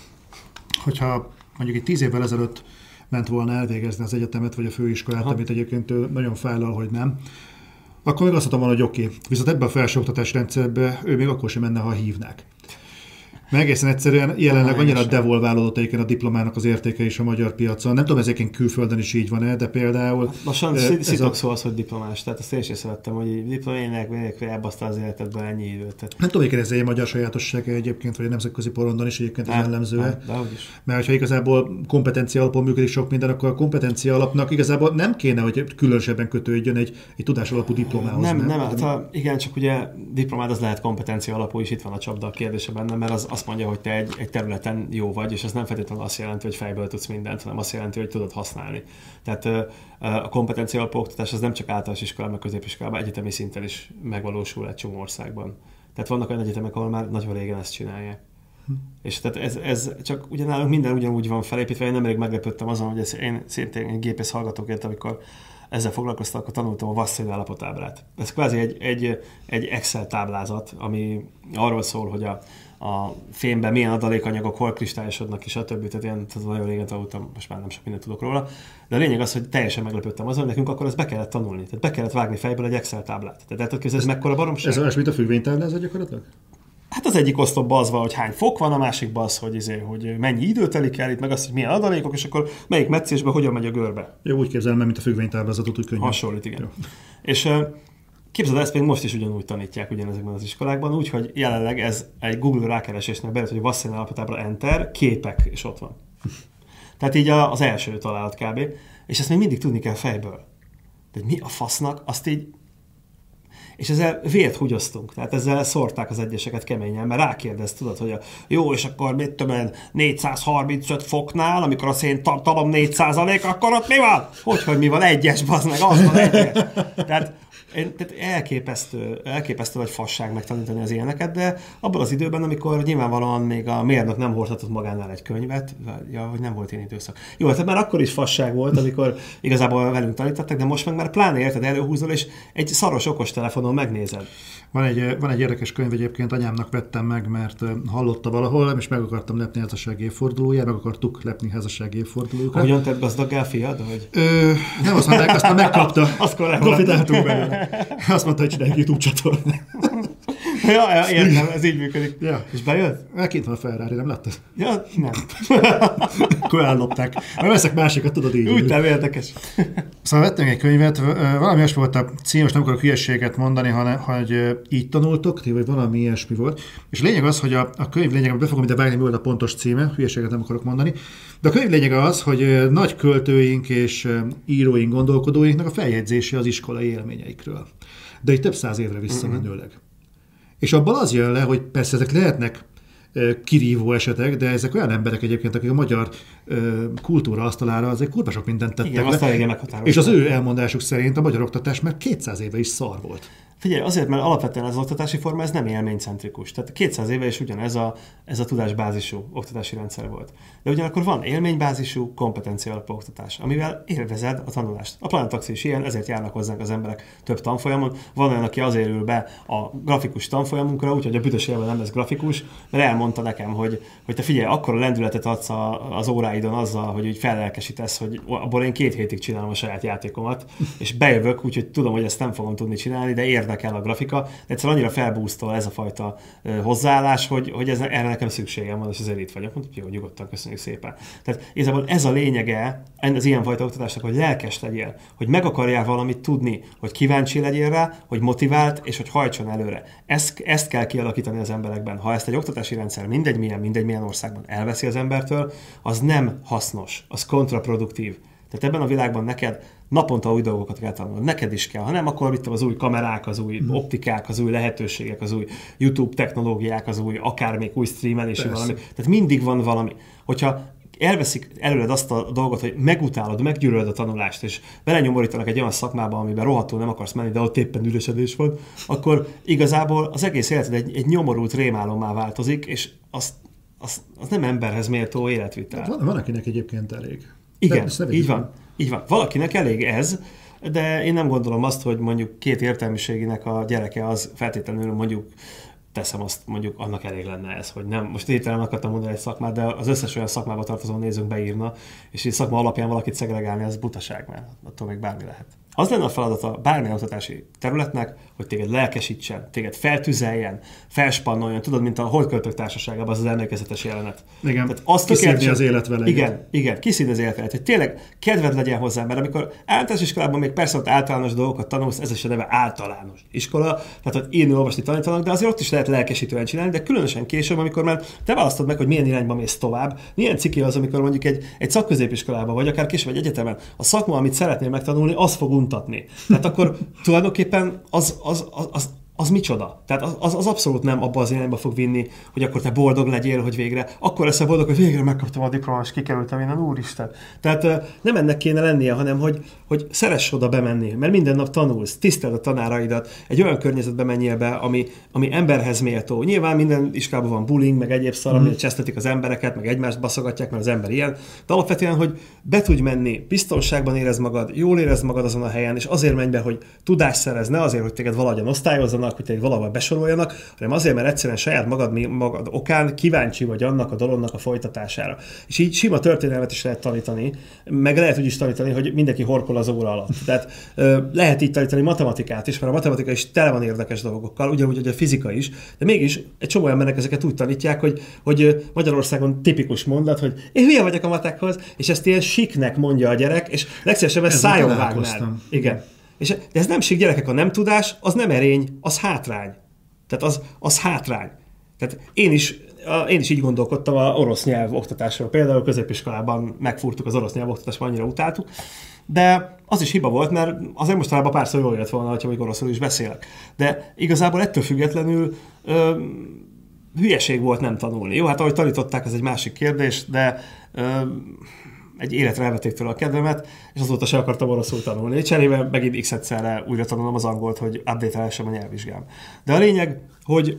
hogyha mondjuk egy tíz évvel ezelőtt ment volna elvégezni az egyetemet, vagy a főiskolát, Aha. amit egyébként ő nagyon fájlal, hogy nem, akkor még azt mondtam volna, hogy oké. Okay. Viszont ebben a felsőoktatás rendszerben ő még akkor sem menne, ha hívnák. Mert egészen egyszerűen jelenleg annyira devolválódott egyébként a diplomának az értéke is a magyar piacon. Nem tudom, ezeken külföldön is így van-e, de például... Lassan szitok szó az, hogy diplomás. Tehát azt én is észrevettem, hogy diplomének elbasztál az életedben ennyi időt. Nem tudom, hogy ez egy magyar sajátossága egyébként, vagy a nemzetközi porondon is egyébként ez jellemzőe. Mert ha igazából kompetencia alapon működik sok minden, akkor a kompetencia alapnak igazából nem kéne, hogy különösebben kötődjön egy, egy tudás alapú diplomához. Nem, nem, nem hát, ha, igen, csak ugye diplomád az lehet kompetencia alapú is, itt van a csapda a kérdése benne, mert az azt mondja, hogy te egy, egy területen jó vagy, és ez nem feltétlenül azt jelenti, hogy fejből tudsz mindent, hanem azt jelenti, hogy tudod használni. Tehát a kompetencia alapú oktatás az nem csak általános iskolában, középiskolában, egyetemi szinten is megvalósul egy csomó országban. Tehát vannak olyan egyetemek, ahol már nagyon régen ezt csinálják. Hm. És tehát ez, ez csak ugye nálunk minden ugyanúgy van felépítve, én nemrég meglepődtem azon, hogy ez, én szintén egy gépész hallgatóként, amikor ezzel foglalkoztam, akkor tanultam a Vasszény állapotábrát. Ez kvázi egy, egy, egy Excel táblázat, ami arról szól, hogy a a fémben milyen adalékanyagok, hol kristályosodnak, és a többi, tehát ilyen tehát nagyon régen tanultam, most már nem sok mindent tudok róla. De a lényeg az, hogy teljesen meglepődtem azon, hogy nekünk akkor ezt be kellett tanulni. Tehát be kellett vágni fejből egy Excel táblát. Tehát ez mekkora baromság? Ez olyasmit a függvénytáblázat gyakorlatilag? Hát az egyik oszlopban az van, hogy hány fok van, a másikban az, hogy, izé, hogy mennyi idő telik el, itt meg az, hogy milyen adalékok, és akkor melyik meccésben hogyan megy a görbe. Jó, úgy képzelem, mint a függvénytáblázatot, úgy könnyű. Hasonlít, igen. Jó. És uh, képzeld, ezt még most is ugyanúgy tanítják ugyanezekben az iskolákban, úgyhogy jelenleg ez egy Google rákeresésnek bejött, hogy Vasszin állapotábra enter, képek, és ott van. Tehát így az első találat kb. És ezt még mindig tudni kell fejből. De mi a fasznak, azt így... És ezzel vért húgyoztunk, tehát ezzel szórták az egyeseket keményen, mert rákérdez, tudod, hogy a, jó, és akkor mit tudom én, négyszázharmincöt foknál, amikor a széntartalom négy százalék, akkor ott mi van? Hogy, hogy mi van? Egyes, bazd meg, az van egyes. Tehát, én, tehát elképesztő, elképesztő vagy fasság megtanítani az ilyeneket, de abban az időben, amikor nyilvánvalóan még a mérnök nem hordhatott magánál egy könyvet, ja, hogy nem volt ilyen időszak. Jó, tehát már akkor is fasság volt, amikor igazából velünk tanítottak, de most meg már pláne érted, előhúzol, és egy szaros okostelefonon megnézed. Van egy, van egy érdekes könyv egyébként, anyámnak vettem meg, mert hallotta valahol, és meg akartam lepni házassági évfordulóját, meg akartuk lepni házassági évfordulókat. Hogyan tett gazdaggá fiad? Vagy? Ö, nem azt mondták, aztán megkapta. Azt profitáltunk belőle. Azt mondta, hogy csináljuk YouTube csatornát. Ja, ja, értem, ez így működik. Ja. És bejött? Kint van a Ferrari, nem láttad? Ja, nem. Akkor ellopták. Majd veszek másikat, tudod így. Úgy nem érdekes. Szóval vettünk egy könyvet, valami olyasmi volt a cím, most nem akarok hülyeséget mondani, hanem hogy így tanultok, vagy valami ilyesmi volt. És a lényeg az, hogy a, a könyv lényeg, be fogom ide vágni, mi volt a pontos címe, hülyeséget nem akarok mondani, de a könyv lényege az, hogy nagy költőink és íróink, gondolkodóinknak a feljegyzése az iskolai élményeikről. De így több száz évre visszamenőleg. Mm-hmm. És abban az jön le, hogy persze ezek lehetnek kirívó esetek, de ezek olyan emberek egyébként, akik a magyar kultúra asztalára azért kurva sok mindent tettek. Igen, le. azt eléggé meghatározták. És az ő elmondásuk szerint a magyar oktatás már kétszáz éve is szar volt. Figyelj, azért, mert alapvetően az oktatási forma ez nem élménycentrikus. Tehát kétszáz éve is ugyanez a, ez a tudásbázisú oktatási rendszer volt. De ugyanakkor van élménybázisú, kompetencia alapú oktatás, amivel élvezed a tanulást. A Planetaxi is ilyen, ezért járnak hozzánk az emberek több tanfolyamon. Van olyan, aki azért ül be a grafikus tanfolyamunkra, úgyhogy a büdös élve nem lesz grafikus, mert elmondta nekem, hogy, hogy te figyelj, akkor a lendületet adsz a, az óráidon azzal, hogy úgy fellelkesítesz, hogy abból én két hétig csinálom a saját játékomat, és bejövök, úgyhogy tudom, hogy ezt nem fogom tudni csinálni, de érdekel a grafika. De egyszer annyira felbúztol ez a fajta uh, hozzáállás, hogy, hogy ez, erre nekem szükségem van, és ezért itt vagyok. Mondjuk, jó, nyugodtan, köszönjük szépen. Tehát igazából ez a lényege az ilyenfajta oktatásnak, hogy lelkes legyél, hogy meg akarjál valamit tudni, hogy kíváncsi legyél rá, hogy motivált, és hogy hajtson előre. Ezt, ezt kell kialakítani az emberekben. Ha ezt egy oktatási rendszer mindegy milyen, mindegy milyen országban elveszi az embertől, az nem hasznos, az kontraproduktív. Tehát ebben a világban neked naponta új dolgokat kell tanulnod. Neked is kell. Ha nem, akkor itt az új kamerák, az új mm. optikák, az új lehetőségek, az új YouTube technológiák, az új akár még új streamelési valami. Tehát mindig van valami. Hogyha elveszik előled azt a dolgot, hogy megutálod, meggyűlölöd a tanulást, és belenyomorítanak egy olyan szakmába, amiben rohadtul nem akarsz menni, de ott éppen üresedés van, akkor igazából az egész életed egy, egy nyomorult rémálommá változik, és az, az, az nem emberhez méltó életvitel. Van, van akinek egyébként elég. Igen, így van. Így van. Valakinek elég ez, de én nem gondolom azt, hogy mondjuk két értelmiséginek a gyereke az feltétlenül mondjuk teszem azt, mondjuk annak elég lenne ez, hogy nem, most hirtelen akartam mondani egy szakmát, de az összes olyan szakmába tartozó nézőnk beírna, és így szakma alapján valakit szegregálni, az butaság, mert attól még bármi lehet. Az lenne a feladata bármilyen oktatási területnek, hogy téged lelkesítsen, téged feltüzeljen, felspannoljon, tudod, mint a Hol költök társaságában az az emlékezetes jelenet. Igen, tehát azt kiszívni az élet vele. Igen, igen, kiszívni az élet vele, hogy tényleg kedved legyen hozzá, mert amikor általános iskolában még persze ott általános dolgokat tanulsz, ez is a neve általános iskola, tehát ott írni, olvasni tanítanak, de azért ott is lehet lelkesítően csinálni, de különösen később, amikor már te választod meg, hogy milyen irányba mész tovább, milyen ciki az, amikor mondjuk egy, egy szakközépiskolában, vagy akár később egy egyetemen a szakma, amit szeretnél megtanulni, az fog untatni. Tehát akkor tulajdonképpen az, az, az, az, az micsoda? Tehát az, az, az abszolút nem abba az irányba fog vinni, hogy akkor te boldog legyél, hogy végre, akkor leszel boldog, hogy végre megkaptam a diplomát, és kikerültem innen, úristen. Tehát nem ennek kéne lennie, hanem hogy, hogy szeress oda bemenni, mert minden nap tanulsz, tiszteld a tanáraidat, egy olyan környezetbe menjél be, ami, ami emberhez méltó. Nyilván minden iskolában van bullying, meg egyéb szar, mm. amire csesztetik az embereket, meg egymást baszogatják, mert az ember ilyen. De alapvetően, hogy be tudj menni, biztonságban érezd magad, jól érezd magad azon a helyen, és azért menj be, hogy tudást szerez, ne azért, hogy téged valahogyan osztályozzanak, tanuljanak, hogy téged valahol besoroljanak, hanem azért, mert egyszerűen saját magad, magad okán kíváncsi vagy annak a dolognak a folytatására. És így sima történelmet is lehet tanítani, meg lehet úgy is tanítani, hogy mindenki horkol az óra alatt. Tehát lehet így tanítani matematikát is, mert a matematika is tele van érdekes dolgokkal, ugyanúgy, hogy a fizika is, de mégis egy csomó embernek ezeket úgy tanítják, hogy, hogy Magyarországon tipikus mondat, hogy én hülye vagyok a matekhoz, és ezt ilyen siknek mondja a gyerek, és legszívesebben szájon vágnál. Igen. És, de ez nem sik, gyerekek, a nem tudás, az nem erény, az hátrány. Tehát az, az hátrány. Tehát én is, én is így gondolkodtam a orosz nyelv oktatásról. Például középiskolában megfúrtuk az orosz nyelv oktatásban, annyira utáltuk, de az is hiba volt, mert azért mostanában párszor jól jött volna, hogyha még oroszul is beszélek. De igazából ettől függetlenül ö, hülyeség volt nem tanulni. Jó, hát ahogy tanították, ez egy másik kérdés, de ö, egy életre elvették tőle a kedvemet, és azóta se akartam oroszul tanulni. Cserébe megint x-egyszerre újra tanulom az angolt, hogy update-elhessem a nyelvvizsgám. De a lényeg, hogy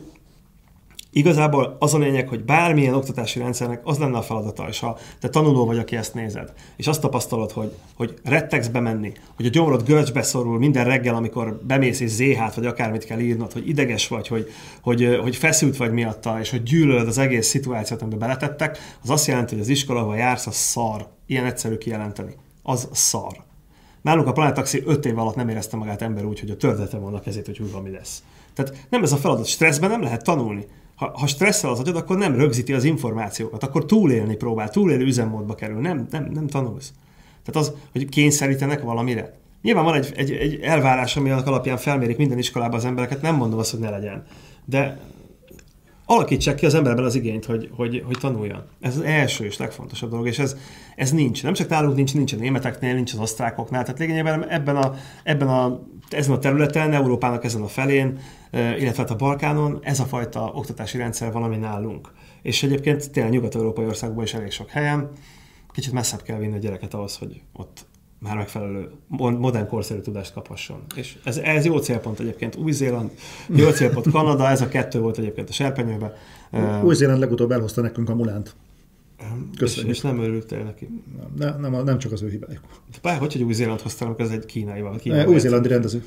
igazából az a lényeg, hogy bármilyen oktatási rendszernek az lenne a feladata, és ha te tanuló vagy, aki ezt nézed, és azt tapasztalod, hogy, hogy rettegsz bemenni, hogy a gyomrod görcsbe szorul minden reggel, amikor bemész és zé há-t, vagy akármit kell írnod, hogy ideges vagy, hogy, hogy, hogy feszült vagy miatta, és hogy gyűlölöd az egész szituációt, amiben beletettek, az azt jelenti, hogy az iskola, ahol jársz, az szar. Ilyen egyszerű kijelenteni. Az szar. Nálunk a Planet Taxi öt év alatt nem érezte magát ember úgy, hogy a tördete volna a kezét, hogy úgy van, mi lesz. Tehát nem ez a feladat. Stresszben nem lehet tanulni. Ha, ha stresszel az agyad, akkor nem rögzíti az információkat, akkor túlélni próbál, túlélő üzemmódba kerül, nem, nem, nem tanulsz. Tehát az, hogy kényszerítenek valamire. Nyilván van egy, egy, egy elvárás, ami alapján felmérik minden iskolában az embereket, nem mondom azt, hogy ne legyen. De alakítsák ki az emberben az igényt, hogy, hogy, hogy tanuljon. Ez az első és legfontosabb dolog, és ez, ez nincs. Nem csak nálunk nincs, nincs a németeknél, nincs az osztrákoknál, tehát lényegében ebben a, ebben a, ezen a területen, Európának ezen a felén, illetve a Balkánon ez a fajta oktatási rendszer valami nálunk. És egyébként tényleg nyugat-európai országban is elég sok helyen. Kicsit messzebb kell vinni a gyereket ahhoz, hogy ott már megfelelő, modern korszerű tudást kaphasson. És ez, ez jó célpont egyébként. Új-Zéland, jó célpont Kanada, ez a kettő volt egyébként a serpenyőben. Új-Zéland legutóbb elhozta nekünk a Mulánt. Köszönjük. És, és nem örültél neki? Nem, nem, nem csak az ő hibájuk. Bár, hogy, hogy Új-Zéland hozta, amikor ez egy kínai van? Új-zélandi rendező.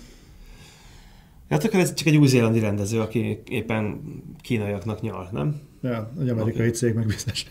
Hát akkor ez csak egy új-zélandi rendező, aki éppen kínaiaknak nyal, nem? Ja, egy amerikai okay. cég megbízás.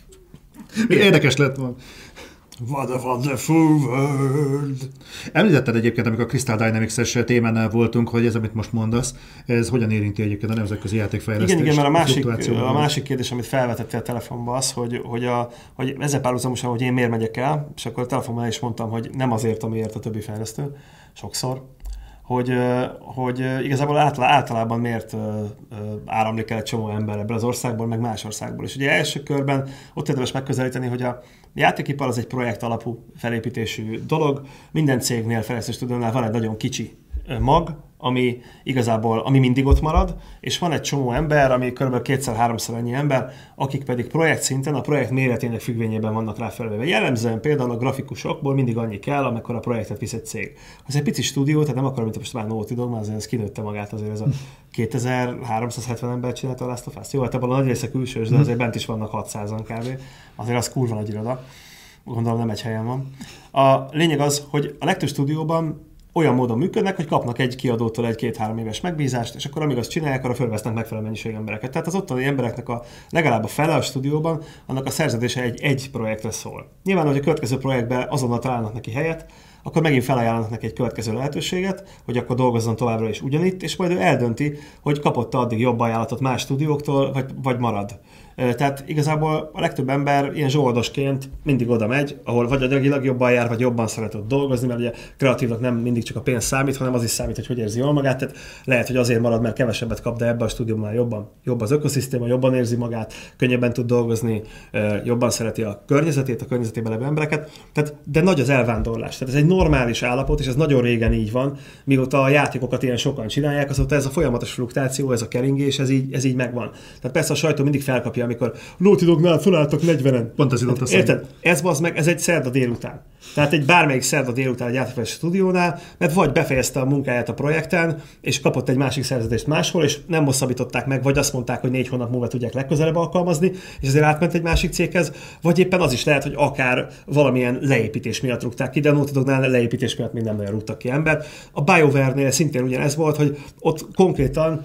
Érdekes lett volna. What a wonderful world! Említetted egyébként, amikor a Crystal Dynamics-es témánál voltunk, hogy ez, amit most mondasz, ez hogyan érinti egyébként a nemzetközi játékfejlesztést? Igen, igen, mert a másik, a másik kérdés, amit felvetettél a telefonba az, hogy, hogy, a, hogy ezzel párhuzamosan, hogy én miért megyek el, és akkor a telefonban is mondtam, hogy nem azért, amiért a többi fejlesztő, sokszor, hogy, hogy igazából általában miért áramlik el egy csomó ember ebből az országból, meg más országból. És ugye első körben ott érdemes megközelíteni, hogy a játékipar az egy projekt alapú felépítésű dolog. Minden cégnél, fejlesztő stúdiónál van egy nagyon kicsi mag, ami igazából, ami mindig ott marad, és van egy csomó ember, ami kb. kétszer-háromszor ennyi ember, akik pedig projekt szinten, a projekt méretének függvényében vannak rá felvéve. Jellemzően például a grafikusokból mindig annyi kell, amikor a projektet visz egy cég. Az egy pici stúdió, tehát nem akarom, mint most már Naughty Dog, mert azért ez kinőtte magát, azért ez a kétezer-háromszázhetven ember csinálta a Last of Us. Jó, hát abban a nagy része külsős, de azért bent is vannak hatszázan kb. Azért az kurva nagy iroda. Gondolom nem egy helyen van. A lényeg az, hogy a legtöbb stúdióban olyan módon működnek, hogy kapnak egy kiadótól egy két-három éves megbízást, és akkor amíg azt csinálják, arra fölvesznek megfelelő mennyiségű embereket. Tehát az ottani embereknek a legalább a fele a stúdióban, annak a szerződése egy, egy projektre szól. Nyilván, hogy a következő projektben azonnal találnak neki helyet, akkor megint felajánlanak neki egy következő lehetőséget, hogy akkor dolgozzon továbbra is ugyanitt, és majd ő eldönti, hogy kapott addig jobb ajánlatot más stúdióktól, vagy, vagy marad. Tehát igazából a legtöbb ember ilyen zsoldosként mindig oda megy, ahol vagy anyagilag jobban jár, vagy jobban szeretett dolgozni, mert ugye kreatívnak nem mindig csak a pénz számít, hanem az is számít, hogy hogy érzi jól magát. Tehát lehet, hogy azért marad, mert kevesebbet kap, de ebben a stúdióban jobban, jobb az ökoszisztéma, jobban érzi magát, könnyebben tud dolgozni, jobban szereti a környezetét, a környezetében levő embereket. Tehát, de nagy az elvándorlás. Tehát ez egy normális állapot, és ez nagyon régen így van, mióta a játékokat ilyen sokan csinálják, azóta ez a folyamatos fluktuáció, ez a keringés, ez így, ez így megvan. Tehát persze a sajtó mindig felkapja, amikor Naughty Dognál felálltak negyvenen. Pont az jutott eszembe. Érted? Ez az meg, ez egy szerda délután. Tehát egy bármelyik szerda délután egy játékfejlesztő stúdiónál, mert vagy befejezte a munkáját a projekten, és kapott egy másik szerződést máshol, és nem hosszabbították meg, vagy azt mondták, hogy négy hónap múlva tudják legközelebb alkalmazni, és ezért átment egy másik céghez, vagy éppen az is lehet, hogy akár valamilyen leépítés miatt rúgták ki, de a Naughty Dognál leépítés miatt még nem nagyon rúgtak ki embert. A BioWare-nél szintén ugyanez volt, hogy ott konkrétan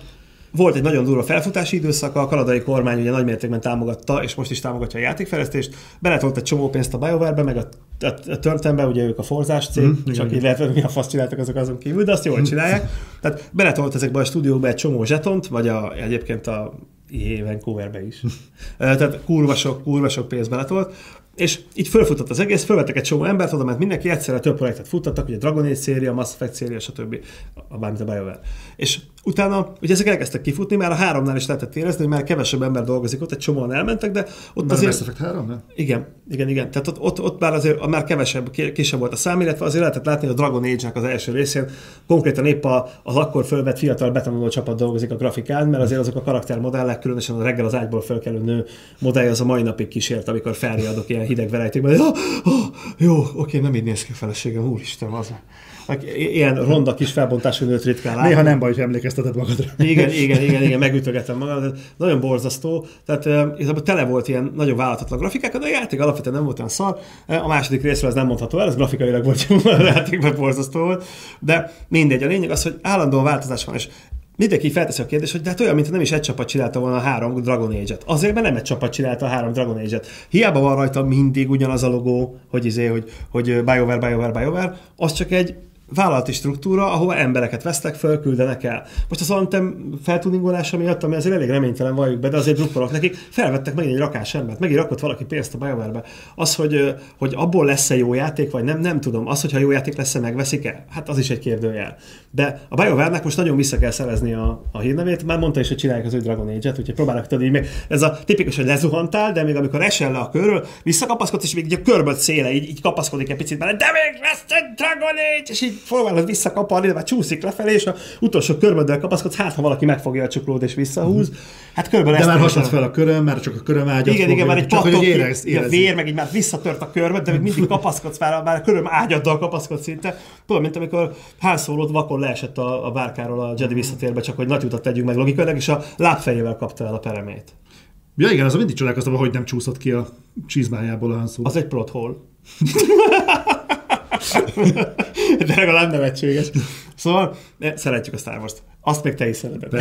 volt egy nagyon durva felfutási időszaka, a kanadai kormány ugye nagymértékben támogatta, és most is támogatja a játékfejlesztést, beletolt egy csomó pénzt a BioWare-be, meg a, a, a Turn-be, ugye ők a Forzás cég, mm, csak így lehet, hogy mi a fasz csináltak azok azon kívül, de azt jól csinálják. Tehát beletolt ezekbe a stúdiókba egy csomó zsetont, vagy a, egyébként a é Vancouverbe is. Tehát kurva sok, kurva sok pénzt beletolt. És így fölfutott az egész, fölvettek egy csomó embert, oda ment mindenki, egyszerre több projektet futtattak, ugye a Dragon Age széria, a Mass Effect széria, stb. A bármint a BioWare. És utána, ugye ezek elkezdtek kifutni, már a háromnál is lehetett érezni, hogy már kevesebb ember dolgozik ott, egy csomóan elmentek, de ott már azért... Mass Effect három, ne? Igen, igen, igen. Tehát ott, ott, ott már azért már kevesebb, kisebb volt a szám, illetve azért lehetett látni, hogy a Dragon Age-nek az első részén konkrétan épp az akkor fölvett fiatal betanuló csapat dolgozik a grafikán, mert azért azok a karaktermodellek, különösen a reggel az ágyból fölkelő nő modellje az a mai napig kísért, amikor felriadok ilyen hideg verejtékben. Oh, oh, jó, oké, nem így néz ki a feleségem, úristen, az. Ilyen ronda kis felbontású nőt ritkán látom. Néha nem baj, hogy emlékezteted magadra. Igen, igen, igen, igen, megütögetem magam. Nagyon borzasztó. Tehát igazából tele volt ilyen nagyon vállalatlan grafikák, de a játék alapvetően nem volt olyan szar. A második részről ez nem mondható el, ez grafikailag volt, a játékban borzasztó volt. De mindegy, a lényeg az, hogy állandóan változás van, és mindenki felteszi a kérdést, hogy de hát olyan, mint nem is egy csapat csinálta volna a három Dragon Age-et. Azért, mert nem egy csapat csinálta a három Dragon Age-et. Hiába van rajta mindig ugyanaz a logó, hogy izé, hogy, hogy BioWare, BioWare, BioWare, az csak egy vállalati struktúra, ahova embereket vesztek föl, küldenek el. Most az Anthem feltuningolása miatt, ami azért elég reménytelen, valljuk be, de azért drukkolok nekik, felvettek megint egy rakás embert, megint rakott valaki pénzt a BioWare-be. Az, hogy, hogy abból lesz-e jó játék, vagy nem, nem tudom. Az, hogyha jó játék lesz-e, megveszik-e? Hát az is egy kérdőjel. De a BioWare-nek most nagyon vissza kell szerezni a, a hírnevét, már mondta is, hogy csinálják az új Dragon Age-et, úgyhogy próbálnak tudni még. Ez a tipikus, hogy lezuhantál, de még amikor esel le a körről, visszakapaszkodsz, és még így a körböd széle, így, így kapaszkodik egy picit bele, de még lesz egy Dragon Age, és így próbálod visszakaparni, de már csúszik lefelé, és a utolsó körböddel kapaszkodsz, hát ha valaki megfogja a csuklót és visszahúz. Hát körülbelül de már hasad fel a köröm, már csak a köröm ágyat igen, igen, már egy pattog, érez, a vér, meg így már visszatört a körmöd, de még mindig kapaszkodsz, már, már a köröm ágyaddal kapaszkodsz szinte. Tudod, mint amikor Han Solo vakon leesett a, a bárkáról a Jedi visszatérbe, csak hogy nagy utat tegyünk meg logikailag, és a lábfejével kapta el a peremét. Ja igen, az mindig csodálkoztam, hogy nem csúszott ki a csizmájából a Han Solo. Az egy plot hole. De legalább nevetséges. Szóval szeretjük a Star Wars-t. Azt még te is szereted.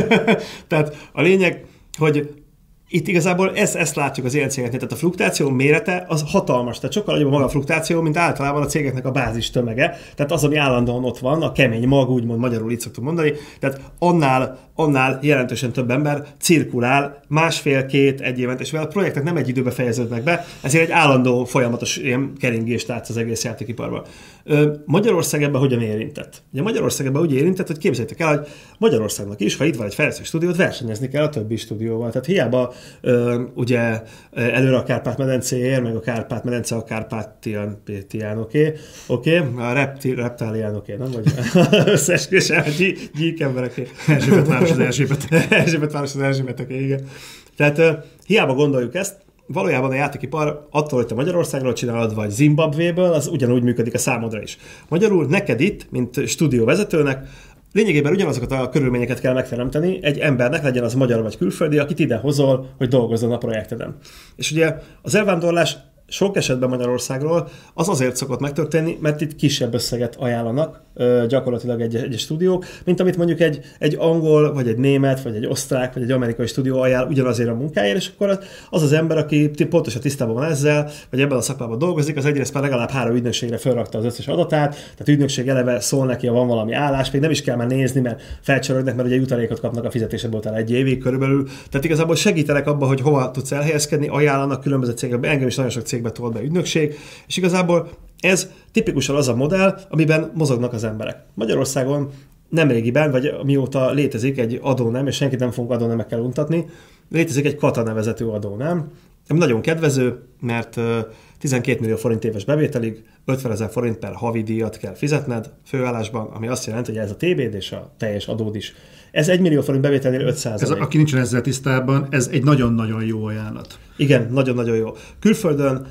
Tehát a lényeg, hogy itt igazából ezt, ezt látjuk az ilyen cégeknél, tehát a fluktuáció mérete az hatalmas, tehát sokkal nagyobb a maga a fluktuáció, mint általában a cégeknek a bázis tömege, tehát az, ami állandóan ott van, a kemény mag, úgymond magyarul így szoktuk mondani, tehát annál, annál jelentősen több ember cirkulál másfél-két, egy évente, és mivel a projektek nem egy időbe fejeződnek be, ezért egy állandó, folyamatos ilyen keringést látsz az egész játékiparban. Magyarország ebben hogyan érintett? Ugye Magyarország ebben úgy érintett, hogy képzeljétek el, hogy Magyarországnak is, ha itt van egy fejlesztő stúdiót, versenyezni kell a többi stúdióval. Tehát hiába Ö, ugye előre a Kárpát-medencéért, meg a Kárpát-medence a Kárpátián, oké? Oké? A repti, reptálián, oké, nem? Vagy összeesküvésen, gyík embereké. Erzsébet város az Erzsébet. Erzsébet város az Erzsébeteké, igen. Tehát ö, hiába gondoljuk ezt, valójában a játékipar attól, hogy te Magyarországról csinálod, vagy Zimbabvéből, az ugyanúgy működik a számodra is. Magyarul neked itt, mint stúdióvezetőnek, lényegében ugyanazokat a körülményeket kell megteremteni egy embernek, legyen az magyar vagy külföldi, akit ide hozol, hogy dolgozzon a projekteden. És ugye az elvándorlás sok esetben Magyarországról az azért szokott megtörténni, mert itt kisebb összeget ajánlanak gyakorlatilag egy, egy stúdiók, mint amit mondjuk egy, egy angol, vagy egy német, vagy egy osztrák, vagy egy amerikai stúdió ajánl ugyanazért a munkáért, és akkor az az ember, aki pontosan tisztában van ezzel, vagy ebben a szakmában dolgozik, az egyrészt már legalább három ügynökségre felrakta az összes adatát, tehát ügynökség eleve szól neki, ha van valami állás, még nem is kell már nézni, mert felcsorognak, mert ugye jutalékot kapnak a fizetéseből talán egy évig körülbelül. Tehát igazából segítenek abban, hogy hova tudsz elhelyezkedni, ajánlanak különböző cégekbe, engem is nagyon sok cégbe tolt be ügynökség, és igazából ez tipikusan az a modell, amiben mozognak az emberek. Magyarországon nemrégiben, vagy mióta létezik egy adónem, és senkit nem fogunk adónemekkel untatni, létezik egy Kata nevezetű adónem, ami nagyon kedvező, mert tizenkét millió forint éves bevételig ötvenezer forint per havi díjat kell fizetned főállásban, ami azt jelenti, hogy ez a té bé dé és a teljes adód is. Ez egy millió forint bevételnél öt százalék. Ez, aki nincsen ezzel tisztában, ez egy nagyon-nagyon jó ajánlat. Igen, nagyon-nagyon jó. Külföldön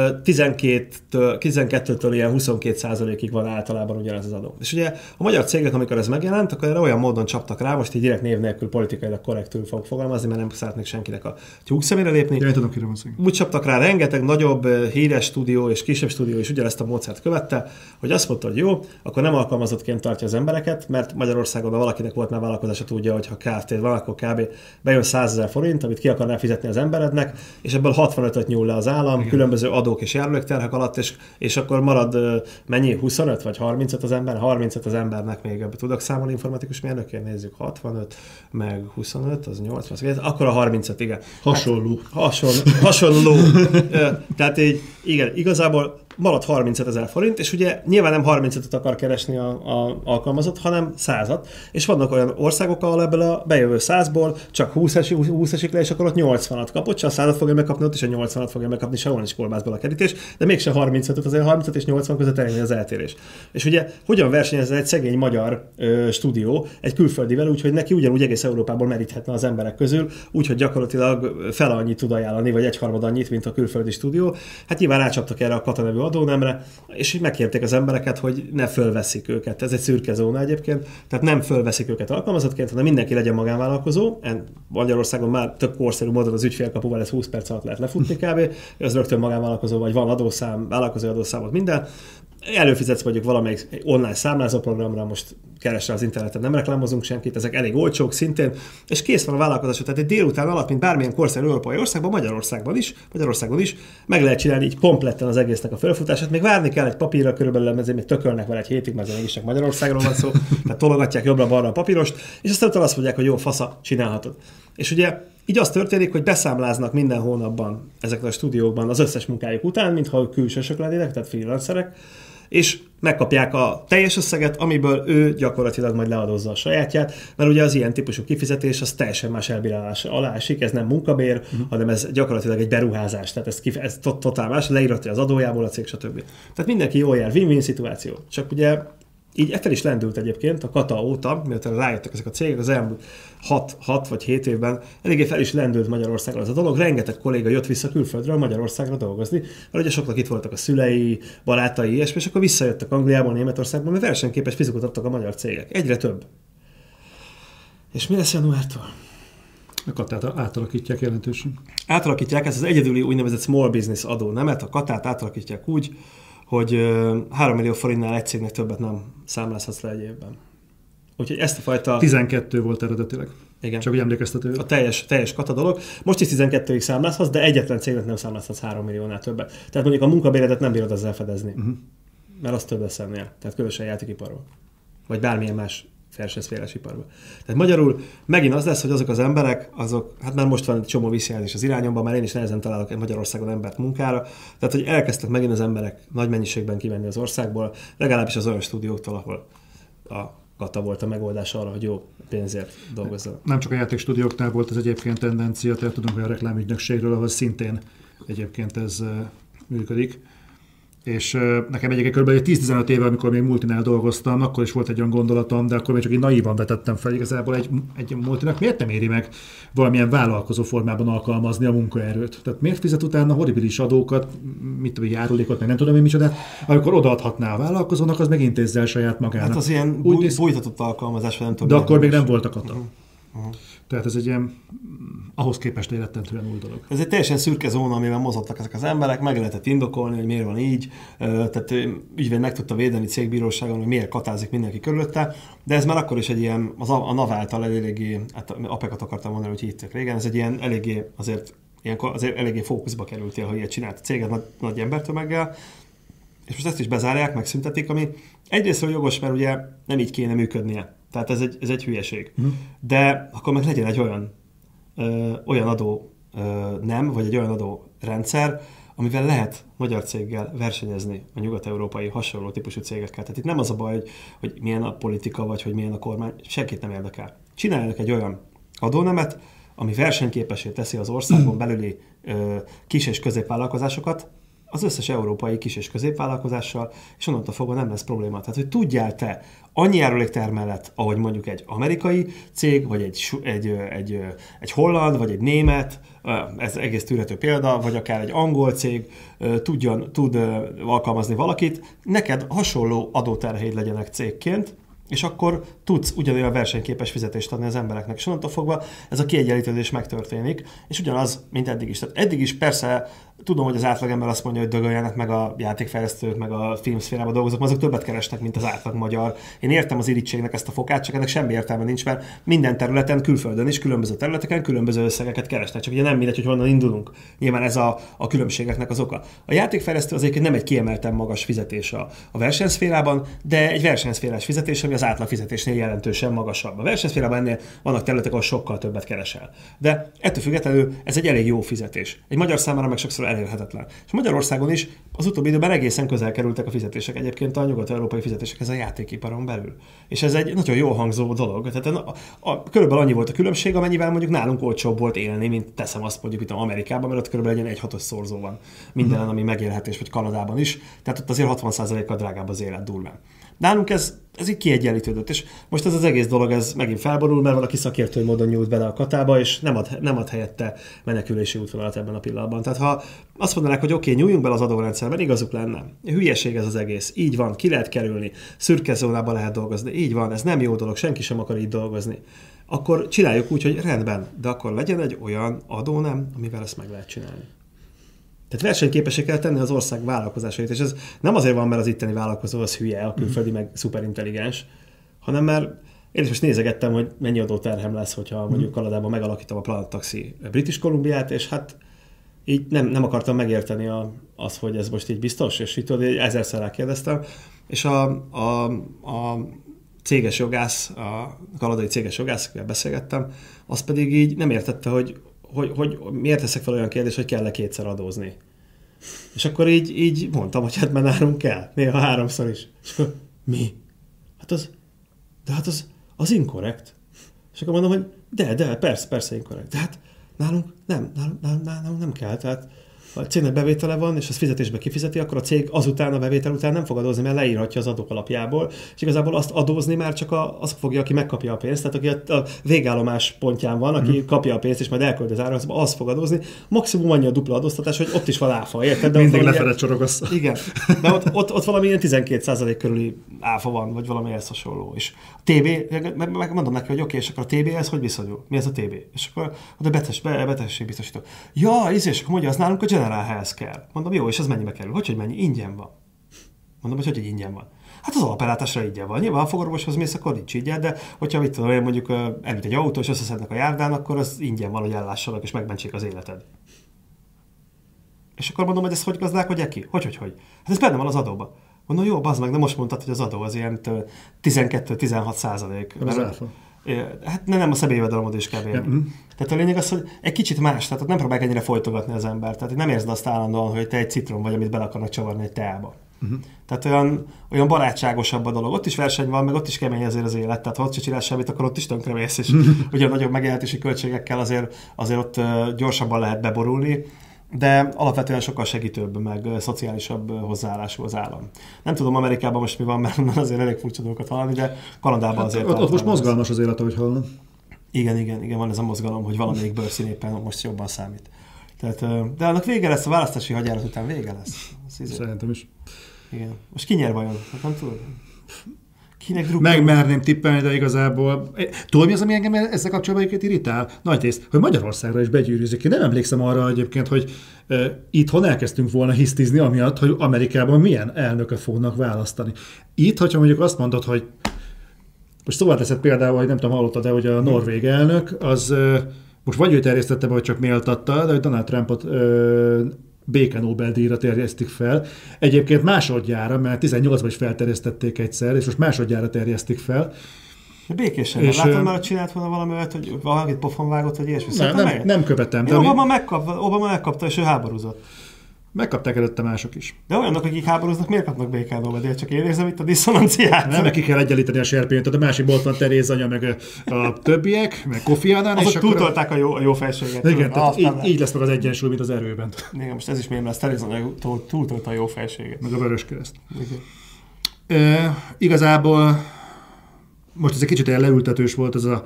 tizenkettőtől ilyen huszonkét százalékig van általában ugyanez az adó. És ugye a magyar cégek, amikor ez megjelent, akkor erre olyan módon csaptak rá, most így direkt név nélkül politikailag korrektül fogok fogalmazni, mert nem szeretnék senkinek a tyúk szemére lépni. Ja, tudom, kire van szó. Úgy csaptak rá, rengeteg nagyobb híres stúdió és kisebb stúdió is ugyanezt a módszert követte, hogy azt mondta, hogy jó, akkor nem alkalmazottként tartja az embereket, mert Magyarországon valakinek volt már vállalkozás alkalmazása tudja, hogy ha ká ef té van, akkor kb. Bejön százezer forint, amit ki akarná fizetni az emberednek, és ebből hatvanötöt nyúl le az állam, igen, különböző adók és járulékterhek alatt, és, és akkor marad mennyi? huszonöt vagy harmincöt az ember? harmincöt az embernek még ebből tudok számolni informatikus mérnökért, nézzük, hatvanöt, meg huszonöt, az nyolcvan, akkor a harmincöt, igen. Hasonló. Hát, hasonló. hasonló. Tehát így, igen, igazából marad harmincöt ezer forint, és ugye nyilván nem harmincötöt akar keresni a, a alkalmazott, hanem százat, és vannak olyan országok, ahol ebből a bejövő százból csak húsz esik le, és akkor ott nyolcvanat kapott, se a százat fogja megkapni, ott is a nyolcvanat fogja megkapni, sehol nincs kolbászból a kerítés, de mégse harmincötöt, azért harmincöt és nyolcvan között elég az eltérés. És ugye hogyan versenyezzen egy szegény magyar ö, stúdió egy külföldivel, úgyhogy neki ugyanúgy egész Európából meríthetne az emberek közül, úgyhogy gyakorlatilag fel annyit tud ajánlani, vagy egyharmad annyit, mint a külföldi stúdió. Hát nyilván rácsaptak erre a Kata nevű adónemre, és így megkérték az embereket, hogy ne fölveszik őket. Ez egy szürke zóna egyébként, tehát nem fölveszik őket alkalmazottként, hanem mindenki legyen magánvállalkozó. Magyarországon már több korszerű módon az ügyfélkapuval ez húsz perc alatt lehet lefutni kb. Az rögtön magánvállalkozó, vagy van adószám, vállalkozói adószámot, minden. Előfizetsz mondjuk valamelyik online számlázó programra, most keresre az interneten, nem reklámozunk senkit, ezek elég olcsók szintén, és kész van a vállalkozás. Tehát egy délután alatt, mint bármilyen korszerű európai országban, Magyarországban is, Magyarországon is, meg lehet csinálni így kompletten az egésznek a felfutását. Még várni kell egy papírra, körülbelül ezért még tökölnek vele egy hétig, mert mégis csak Magyarországról van szó, tehát tologatják jobbra-balra a papírost, és aztán azt mondják, hogy jó, fasza, csinálhatod. És ugye így az történik, hogy beszámláznak minden hónapban ezekben a stúdiókban az összes munkájuk után, mintha ők külsősök lennének, tehát freelancerek, és megkapják a teljes összeget, amiből ő gyakorlatilag majd leadozza a sajátját, mert ugye az ilyen típusú kifizetés az teljesen más elbírálás alá esik, ez nem munkabér, uh-huh. hanem ez gyakorlatilag egy beruházás, tehát ez, kif- ez totál más, leíratja az adójából a cég, stb. Tehát mindenki jól jár, win-win szituáció. Csak ugye így fel is lendült egyébként a Kata óta, miután rájöttek ezek a cégek, az elmúlt hat vagy hét évben eléggé fel is lendült Magyarországon ez a dolog. Rengeteg kolléga jött vissza külföldről Magyarországra dolgozni, mert ugye soknak itt voltak a szülei, barátai, ilyesmi, és akkor visszajöttek Angliából, Németországból, mert versenyképes fizikot adtak a magyar cégek. Egyre több. És mi lesz januártól? A Katát átalakítják jelentősen. Átalakítják ezt az egyedüli úgynevezett small business adó nemet, a Katát átalakítják úgy, hogy három millió forintnál egy cégnek többet nem számlázhatsz le egy évben. Úgyhogy ezt a fajta... tizenkettő volt eredetileg. Igen. Csak úgy emlékeztető. A teljes, teljes Kata dolog. Most is tizenkettőig számlázhatsz, de egyetlen cégnek nem számlázhatsz három milliónál többet. Tehát mondjuk a munkabéredet nem bírod ezzel fedezni. Uh-huh. Mert az több lesz ennél. Tehát különösen játékiparban. Vagy bármilyen más felsőszférás iparban. Tehát magyarul megint az lesz, hogy azok az emberek, azok, hát már most van egy csomó visszajelzés az irányomban, már én is nehezen találok egy Magyarországon embert munkára, tehát hogy elkezdtek megint az emberek nagy mennyiségben kivenni az országból, legalábbis az olyan stúdióktól, ahol a Kata volt a megoldás arra, hogy jó pénzért dolgozzon. Nem csak a játékstúdióknál volt ez egyébként tendencia, tehát tudunk olyan reklámügynökségről, ahol szintén egyébként ez működik. És uh, nekem egyébként kb. tíz-tizenöt éve, amikor még multinál dolgoztam, akkor is volt egy olyan gondolatom, de akkor még csak így naívan vetettem fel, igazából egy, egy multinak miért nem éri meg valamilyen vállalkozó formában alkalmazni a munkaerőt? Tehát miért fizet utána horribilis adókat, mit tudom, járulékot, meg nem tudom én micsodát, amikor odaadhatná a vállalkozónak, az meg intézzel saját magának. Hát az ilyen búj, néz... bújtatott alkalmazás, vagy nem tudom. De akkor még nem volt a Kata. Uh-huh. Uh-huh. Tehát ez egy ilyen, ahhoz képest élettentően új dolog. Ez egy teljesen szürke zóna, amiben mozogtak ezek az emberek, meg lehetett indokolni, hogy miért van így, tehát ügyvéd meg tudta védeni cégbíróságon, hogy miért katázik mindenki körülötte, de ez már akkor is egy ilyen, az a, a NAV által eléggé, hát apekat akartam mondani, hogy hívták régen, ez egy ilyen eléggé, azért, ilyenkor azért eléggé fókuszba kerültél, ha ilyet csinált a céget nagy, nagy embertömeggel, és most ezt is bezárják, megszüntetik, ami egyrésztről jogos, mert ugye nem így kéne működnie. Tehát ez egy, ez egy hülyeség. Uh-huh. De akkor meg legyen egy olyan, ö, olyan adó ö, nem, vagy egy olyan adó rendszer, amivel lehet magyar céggel versenyezni a nyugat-európai hasonló típusú cégekkel. Tehát itt nem az a baj, hogy, hogy milyen a politika, vagy hogy milyen a kormány, senkit nem érdekel. Csináljanak egy olyan adónemet, ami versenyképessé teszi az országon belüli ö, kis- és középvállalkozásokat, az összes európai kis- és középvállalkozással, és onnantól fogva nem lesz probléma. Tehát, hogy tudjál te annyi járulékter mellett, ahogy mondjuk egy amerikai cég, vagy egy, egy, egy, egy holland, vagy egy német, ez egész tűrhető példa, vagy akár egy angol cég tudjon, tud alkalmazni valakit, neked hasonló adóterheid legyenek cégként, és akkor tudsz ugyanolyan versenyképes fizetést adni az embereknek. És onnantól fogva ez a kiegyenlítődés megtörténik, és ugyanaz, mint eddig is. Tehát eddig is persze tudom, hogy az átlagember azt mondja, hogy dögöljenek meg a játékfejlesztők, meg a filmszférában dolgozók, azok többet keresnek, mint az átlag magyar. Én értem az irítségnek ezt a fokát, csak ennek semmi értelme nincs, mert minden területen, külföldön is, különböző területeken különböző összegeket keresnek. Csak ugye nem mindegy, hogy honnan indulunk. Nyilván ez a, a különbségeknek az oka. A játékfejlesztő az egyébként nem egy kiemelten magas fizetés a, a versenyszférában, de egy versenyszférás fizetés, ami az átlag fizetésnél jelentősen magasabb. A versenyszférában ennél vannak területek, ahol sokkal többet keresel. De ettől függetlenül ez egy elég jó fizetés. Egy magyar számára meg sokszor elérhetetlen. És Magyarországon is az utóbbi időben egészen közel kerültek a fizetések egyébként a nyugat-európai fizetésekhez a játékiparon belül. És ez egy nagyon jól hangzó dolog. Tehát a, a, körülbelül annyi volt a különbség, amennyivel mondjuk nálunk olcsóbb volt élni, mint teszem azt mondjuk itt Amerikában, mert ott körülbelül egy ilyen egy-hatos szorzó van minden, ami megélhetés, vagy Kanadában is. Tehát ott azért hatvan százalékkal drágább az élet durván. Nálunk ez, ez így kiegyenlítődött, és most ez az egész dolog ez megint felborul, mert valaki szakértői módon nyújt bele a katába, és nem ad, nem ad helyette menekülési útvonalat ebben a pillanatban. Tehát ha azt mondanák, hogy oké, okay, nyúljunk bele az adórendszerben, igazuk lenne. Hülyeség ez az egész. Így van, ki lehet kerülni, szürke zónába lehet dolgozni. Így van, ez nem jó dolog, senki sem akar így dolgozni. Akkor csináljuk úgy, hogy rendben, de akkor legyen egy olyan adónem, amivel ezt meg lehet csinálni. Tehát versenyképessé kell tenni az ország vállalkozásait, és ez nem azért van, mert az itteni vállalkozó az hülye, a külföldi meg szuperintelligens, hanem mert én is most nézegettem, hogy mennyi adóterhem lesz, hogyha mondjuk Kanadában megalakítom a Planet Taxi British Columbiát, és hát így nem, nem akartam megérteni a, az, hogy ez most így biztos, és így tudod, ezerszer rákérdeztem, és a, a, a céges jogász, a kanadai céges jogász, akivel beszélgettem, az pedig így nem értette, hogy Hogy, hogy miért teszek fel olyan kérdést, hogy kell-e kétszer adózni. És akkor így, így mondtam, hogy hát már nálunk kell. Néha háromszor is. És akkor mi? Hát az, de hát az, az inkorrekt. És akkor mondom, hogy de, de, persze, persze inkorrekt. De hát nálunk nem, nálunk, nálunk, nálunk nem kell. Tehát ha a cégnek bevétele van, és az fizetésbe kifizeti, akkor a cég azután, a bevétel után nem fog adózni, mert leírhatja az adók alapjából, és igazából azt adózni már csak a, az fogja, aki megkapja a pénzt, tehát aki a, a végállomás pontján van, aki mm. kapja a pénzt, és majd elkölti az árazba, az fog adózni. Maximum annyi a dupla adóztatás, hogy ott is van áfa, érted? De mindig lefelé csorogasz. Igen, de ott, ott, ott valami ilyen tizenkét százalék körüli áfa van, vagy valami ehhez hasonló. És a té bé, megmondom neki, hogy oké, okay, és akkor a té bé ez hogy viszonyul? Mi ez a té bé? És akkor a betegség, betegségbiztosító. Ja, és akkor mondja, az nálunk a General Health kell. Mondom, jó, és az mennyibe kerül? Hogy, hogy mennyi? Ingyen van. Mondom, hogy hogy, hogy ingyen van. Hát az alapellátásra ingyen van. Nyilván, ha fogorvoshoz mész, akkor nincs ingyen, de hogyha mit tudom én, mondjuk elüt egy autó, és összeszednek a járdán, akkor az ingyen van, hogy ellássanak, és megmentsék az életed. És akkor mondom, hogy ezt hogy gazdálkodják ki? Hogy, hogy, hogy? Hát ez benne van az adóba. Mondom, jó, bazd meg, de most mondtad, hogy az adó az ilyen tizenkettő-tizenhat százalék. Hát nem, nem a személyjövedelemod is kell vérni. Ja. Tehát a lényeg az, hogy egy kicsit más, tehát nem próbálják ennyire folytogatni az embert. Tehát nem érzed azt állandóan, hogy te egy citrom vagy, amit bele akarnak csavarni egy teába. Uh-huh. Tehát olyan, olyan barátságosabb a dolog. Ott is verseny van, meg ott is kemény azért az élet. Tehát ha ott se csinálsz semmit, akkor ott is tönkremész, és uh-huh. ugye nagyobb megélhetési költségekkel azért, azért ott uh, gyorsabban lehet beborulni. De alapvetően sokkal segítőbb, meg szociálisabb hozzáállású az állam. Nem tudom Amerikában most mi van, mert azért elég furcsa dolgokat hallani, de Kanadában azért... Hát, ott, ott most mozgalmas az élet, ahogy hallom. Igen, igen, igen, van ez a mozgalom, hogy valamelyik bőrszín éppen most jobban számít. Tehát, de annak vége lesz, a választási hadjárat után vége lesz. Szerintem is. Igen. Most ki nyer vajon? Hát nem tudod. Megmerném tippelni, de igazából... Tudod, mi az, ami engem ezzel kapcsolatban egyébként irritál? Nagy részt, hogy Magyarországra is begyűrűzik. Én nem emlékszem arra egyébként, hogy uh, itthon elkezdtünk volna hisztizni amiatt, hogy Amerikában milyen elnököt fognak választani. Itt, hogyha mondjuk azt mondod, hogy most szóval teszed például, hogy nem tudom, hallottad, de hogy a norvég elnök, az uh, most vagy ő terjesztette be, vagy csak méltatta, de hogy Donald Trumpot uh, béke Nobel-díjra terjesztik fel. Egyébként másodjára, mert tizennyolcban is felterjesztették egyszer, és most másodjára terjesztik fel. Békésen. És látod már, hogy csinált volna valami olyat, hogy valakit pofon vágott, vagy ilyesmi? Nem, nem, nem követem. De Obama, ami... megkap, Obama megkapta, és ő háborúzott. Megkapták előtte mások is. De olyanok, akik háborúznak, miért kapnak béke Nobel-díjat? Csak én érzem itt a diszonanciát. Nem, neki kell egyenlíteni a serpényt, a másik ott van Teréz anya, meg a többiek, meg Kofi Annan. Azok túltolták a jó, a jó felséget. Igen, tehát így, így lesz meg az egyensúly, mint az erőben. Igen, most ez is mém lesz. Teréz anya túltolta a jó felséget. Meg a Vöröskereszt. E, igazából most ez egy kicsit ilyen leültetős volt ez a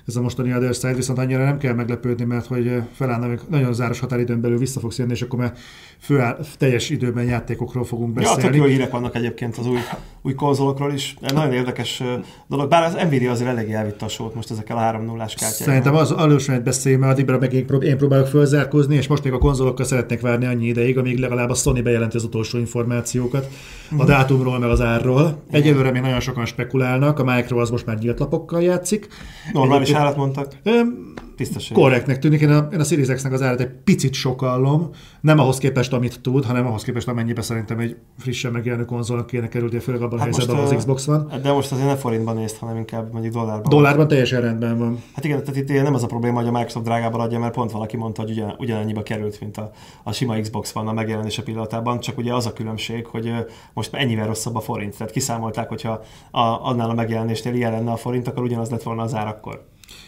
ez a mostani Other Side, viszont annyira nem kell meglepődni, mert hogy felállna, még nagyon záros határidőn belül vissza fogsz jönni, és akkor már főáll, teljes időben játékokról fogunk beszélni. Ja, tök jó hírek vannak egyébként az új, új konzolokról is. Nagyon érdekes dolog, bár az Nvidia azért eléggé elvitte a sót most ezekkel a három nullás kártyákkal. Szerintem az elősményt beszélni, mert addigra meg én próbálok fölzárkózni, és most még a konzolokkal szeretnék várni annyi ideig, amíg legalább a Sony bejelenti az utolsó információkat a dátumról, meg az árról. Egyelőre még nagyon sokan spekulálnak, a Micro az most már nyílt lapokkal játszik. Normális árat mondtak. Korrektnek tűnik. Én a, én a Series X-nek az árat egy picit sokallom, nem ahhoz képest, amit tud, hanem ahhoz képest, amennyibe szerintem egy frissen megjelenő konzolnak kéne kerülni, főleg abban a hát helyzetben, ahol az Xbox van. De most azért nem forintban nézd, hanem inkább mondjuk dollárban. Dollárban teljesen rendben van. Hát igen, tehát itt nem az a probléma, hogy a Microsoft drágában adja, mert pont valaki mondta, hogy ugyan, ugyanannyiba került, mint a, a sima Xbox van a megjelenése pillanatában, csak ugye az a különbség, hogy most ennyivel rosszabb a forint. Tehát kiszámolták, hogyha a, annál a megjelenésnél ilyen lenne a forint, akkor ugyanaz lett volna az ár akkor.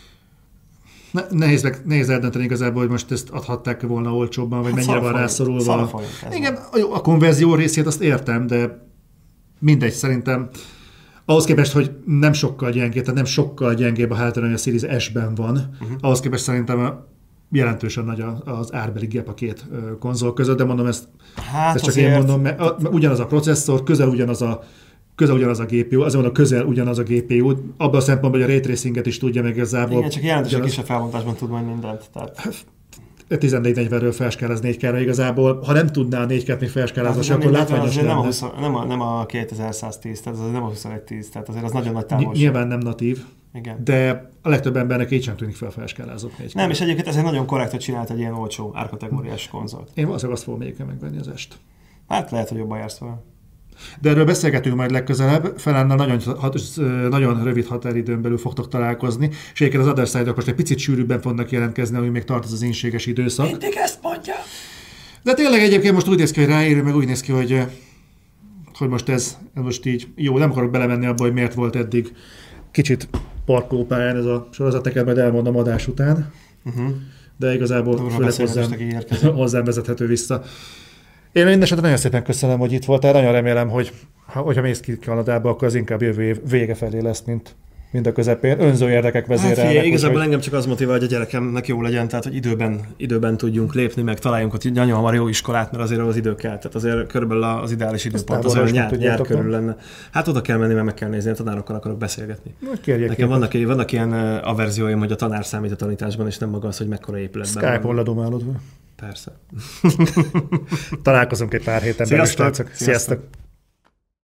Ne, nehéz, meg, nehéz eldönteni igazából, hogy most ezt adhatták volna olcsóbban, vagy hát mennyire van rászorulva. Igen, a konverzió részét azt értem, de mindegy, szerintem ahhoz képest, hogy nem sokkal gyengébb, tehát nem sokkal gyengébb a háttér, hogy a Series S-ben van, uh-huh. ahhoz képest szerintem jelentősen nagy az árbeli gap a két konzol között, de mondom ezt, hát ezt csak én mondom, mert ugyanaz a processzor, közel ugyanaz a közel ugyanaz a gé pé u, azért mondom, közel ugyanaz a gé pé u, abban a szempontból, hogy a ray tracinget is tudja meg igazából. Igen, csak jelentősen kisebb felbontásban tud majd mindent. Tehát... tizennégy negyvenről felskáláz négy ká-ra igazából. Ha nem tudnál négy ká-t még felskálázni, hát, akkor látványos lenne. Nem a, húsz, nem, a, nem a kétezer-száztíz, tehát az nem a huszonöt tíz, tehát azért az nagyon nagy távolság. Nyilván nem natív, igen. De a legtöbb embernek így sem tűnik fel felskálázott négy ká. Nem, és egyébként ezért nagyon korrekt, hogy csinált egy ilyen olcsó árkategóriás konzolt. Én valószínűleg azt fogom még megvenni az est. Hát lehet, hogy jobban jársz vele. De erről beszélgetünk majd legközelebb. Felánnal nagyon, nagyon rövid határidőn belül fogtok találkozni, és egyébként az Other Side-ok most egy picit sűrűbben fognak jelentkezni, ami még tart az az inséges időszak. Mindig ezt mondja! De tényleg egyébként most úgy néz ki, hogy ráérő, meg úgy néz ki, hogy, hogy most ez most így jó, nem akarok belemenni abba, hogy miért volt eddig kicsit parkolópályán ez a sorozat, neked majd elmondom adás után, uh-huh. de igazából főleg hozzám, hozzám vezethető vissza. Én mindesetre nagyon szépen köszönöm, hogy itt voltál. Nagyon remélem, hogy ha, hogyha mész ki Kanadába, akkor az inkább jövő év vége felé lesz, mint, mint a közepén. Önző érdekek vezérelnek. Hát figyelj, igazából hogy... engem csak az motivál, hogy a gyerekemnek jó legyen, tehát hogy időben, időben tudjunk lépni, meg találjunk ott nagyon hamar jó iskolát, mert azért az idő kell. Tehát azért körülbelül az ideális időpont az olyan nyár, nyár körül lenne. Hát oda kell menni, mert meg kell nézni, a tanárokkal akarok beszélgetni. Nekem vannak, vannak ilyen averzióim, hogy a tanár számít a tanításban, és nem maga az, hogy mekkora épületben. Skype-on ledomálod. Persze. Találkozunk egy pár héten belül, srácok. Sziasztok! Sziasztok.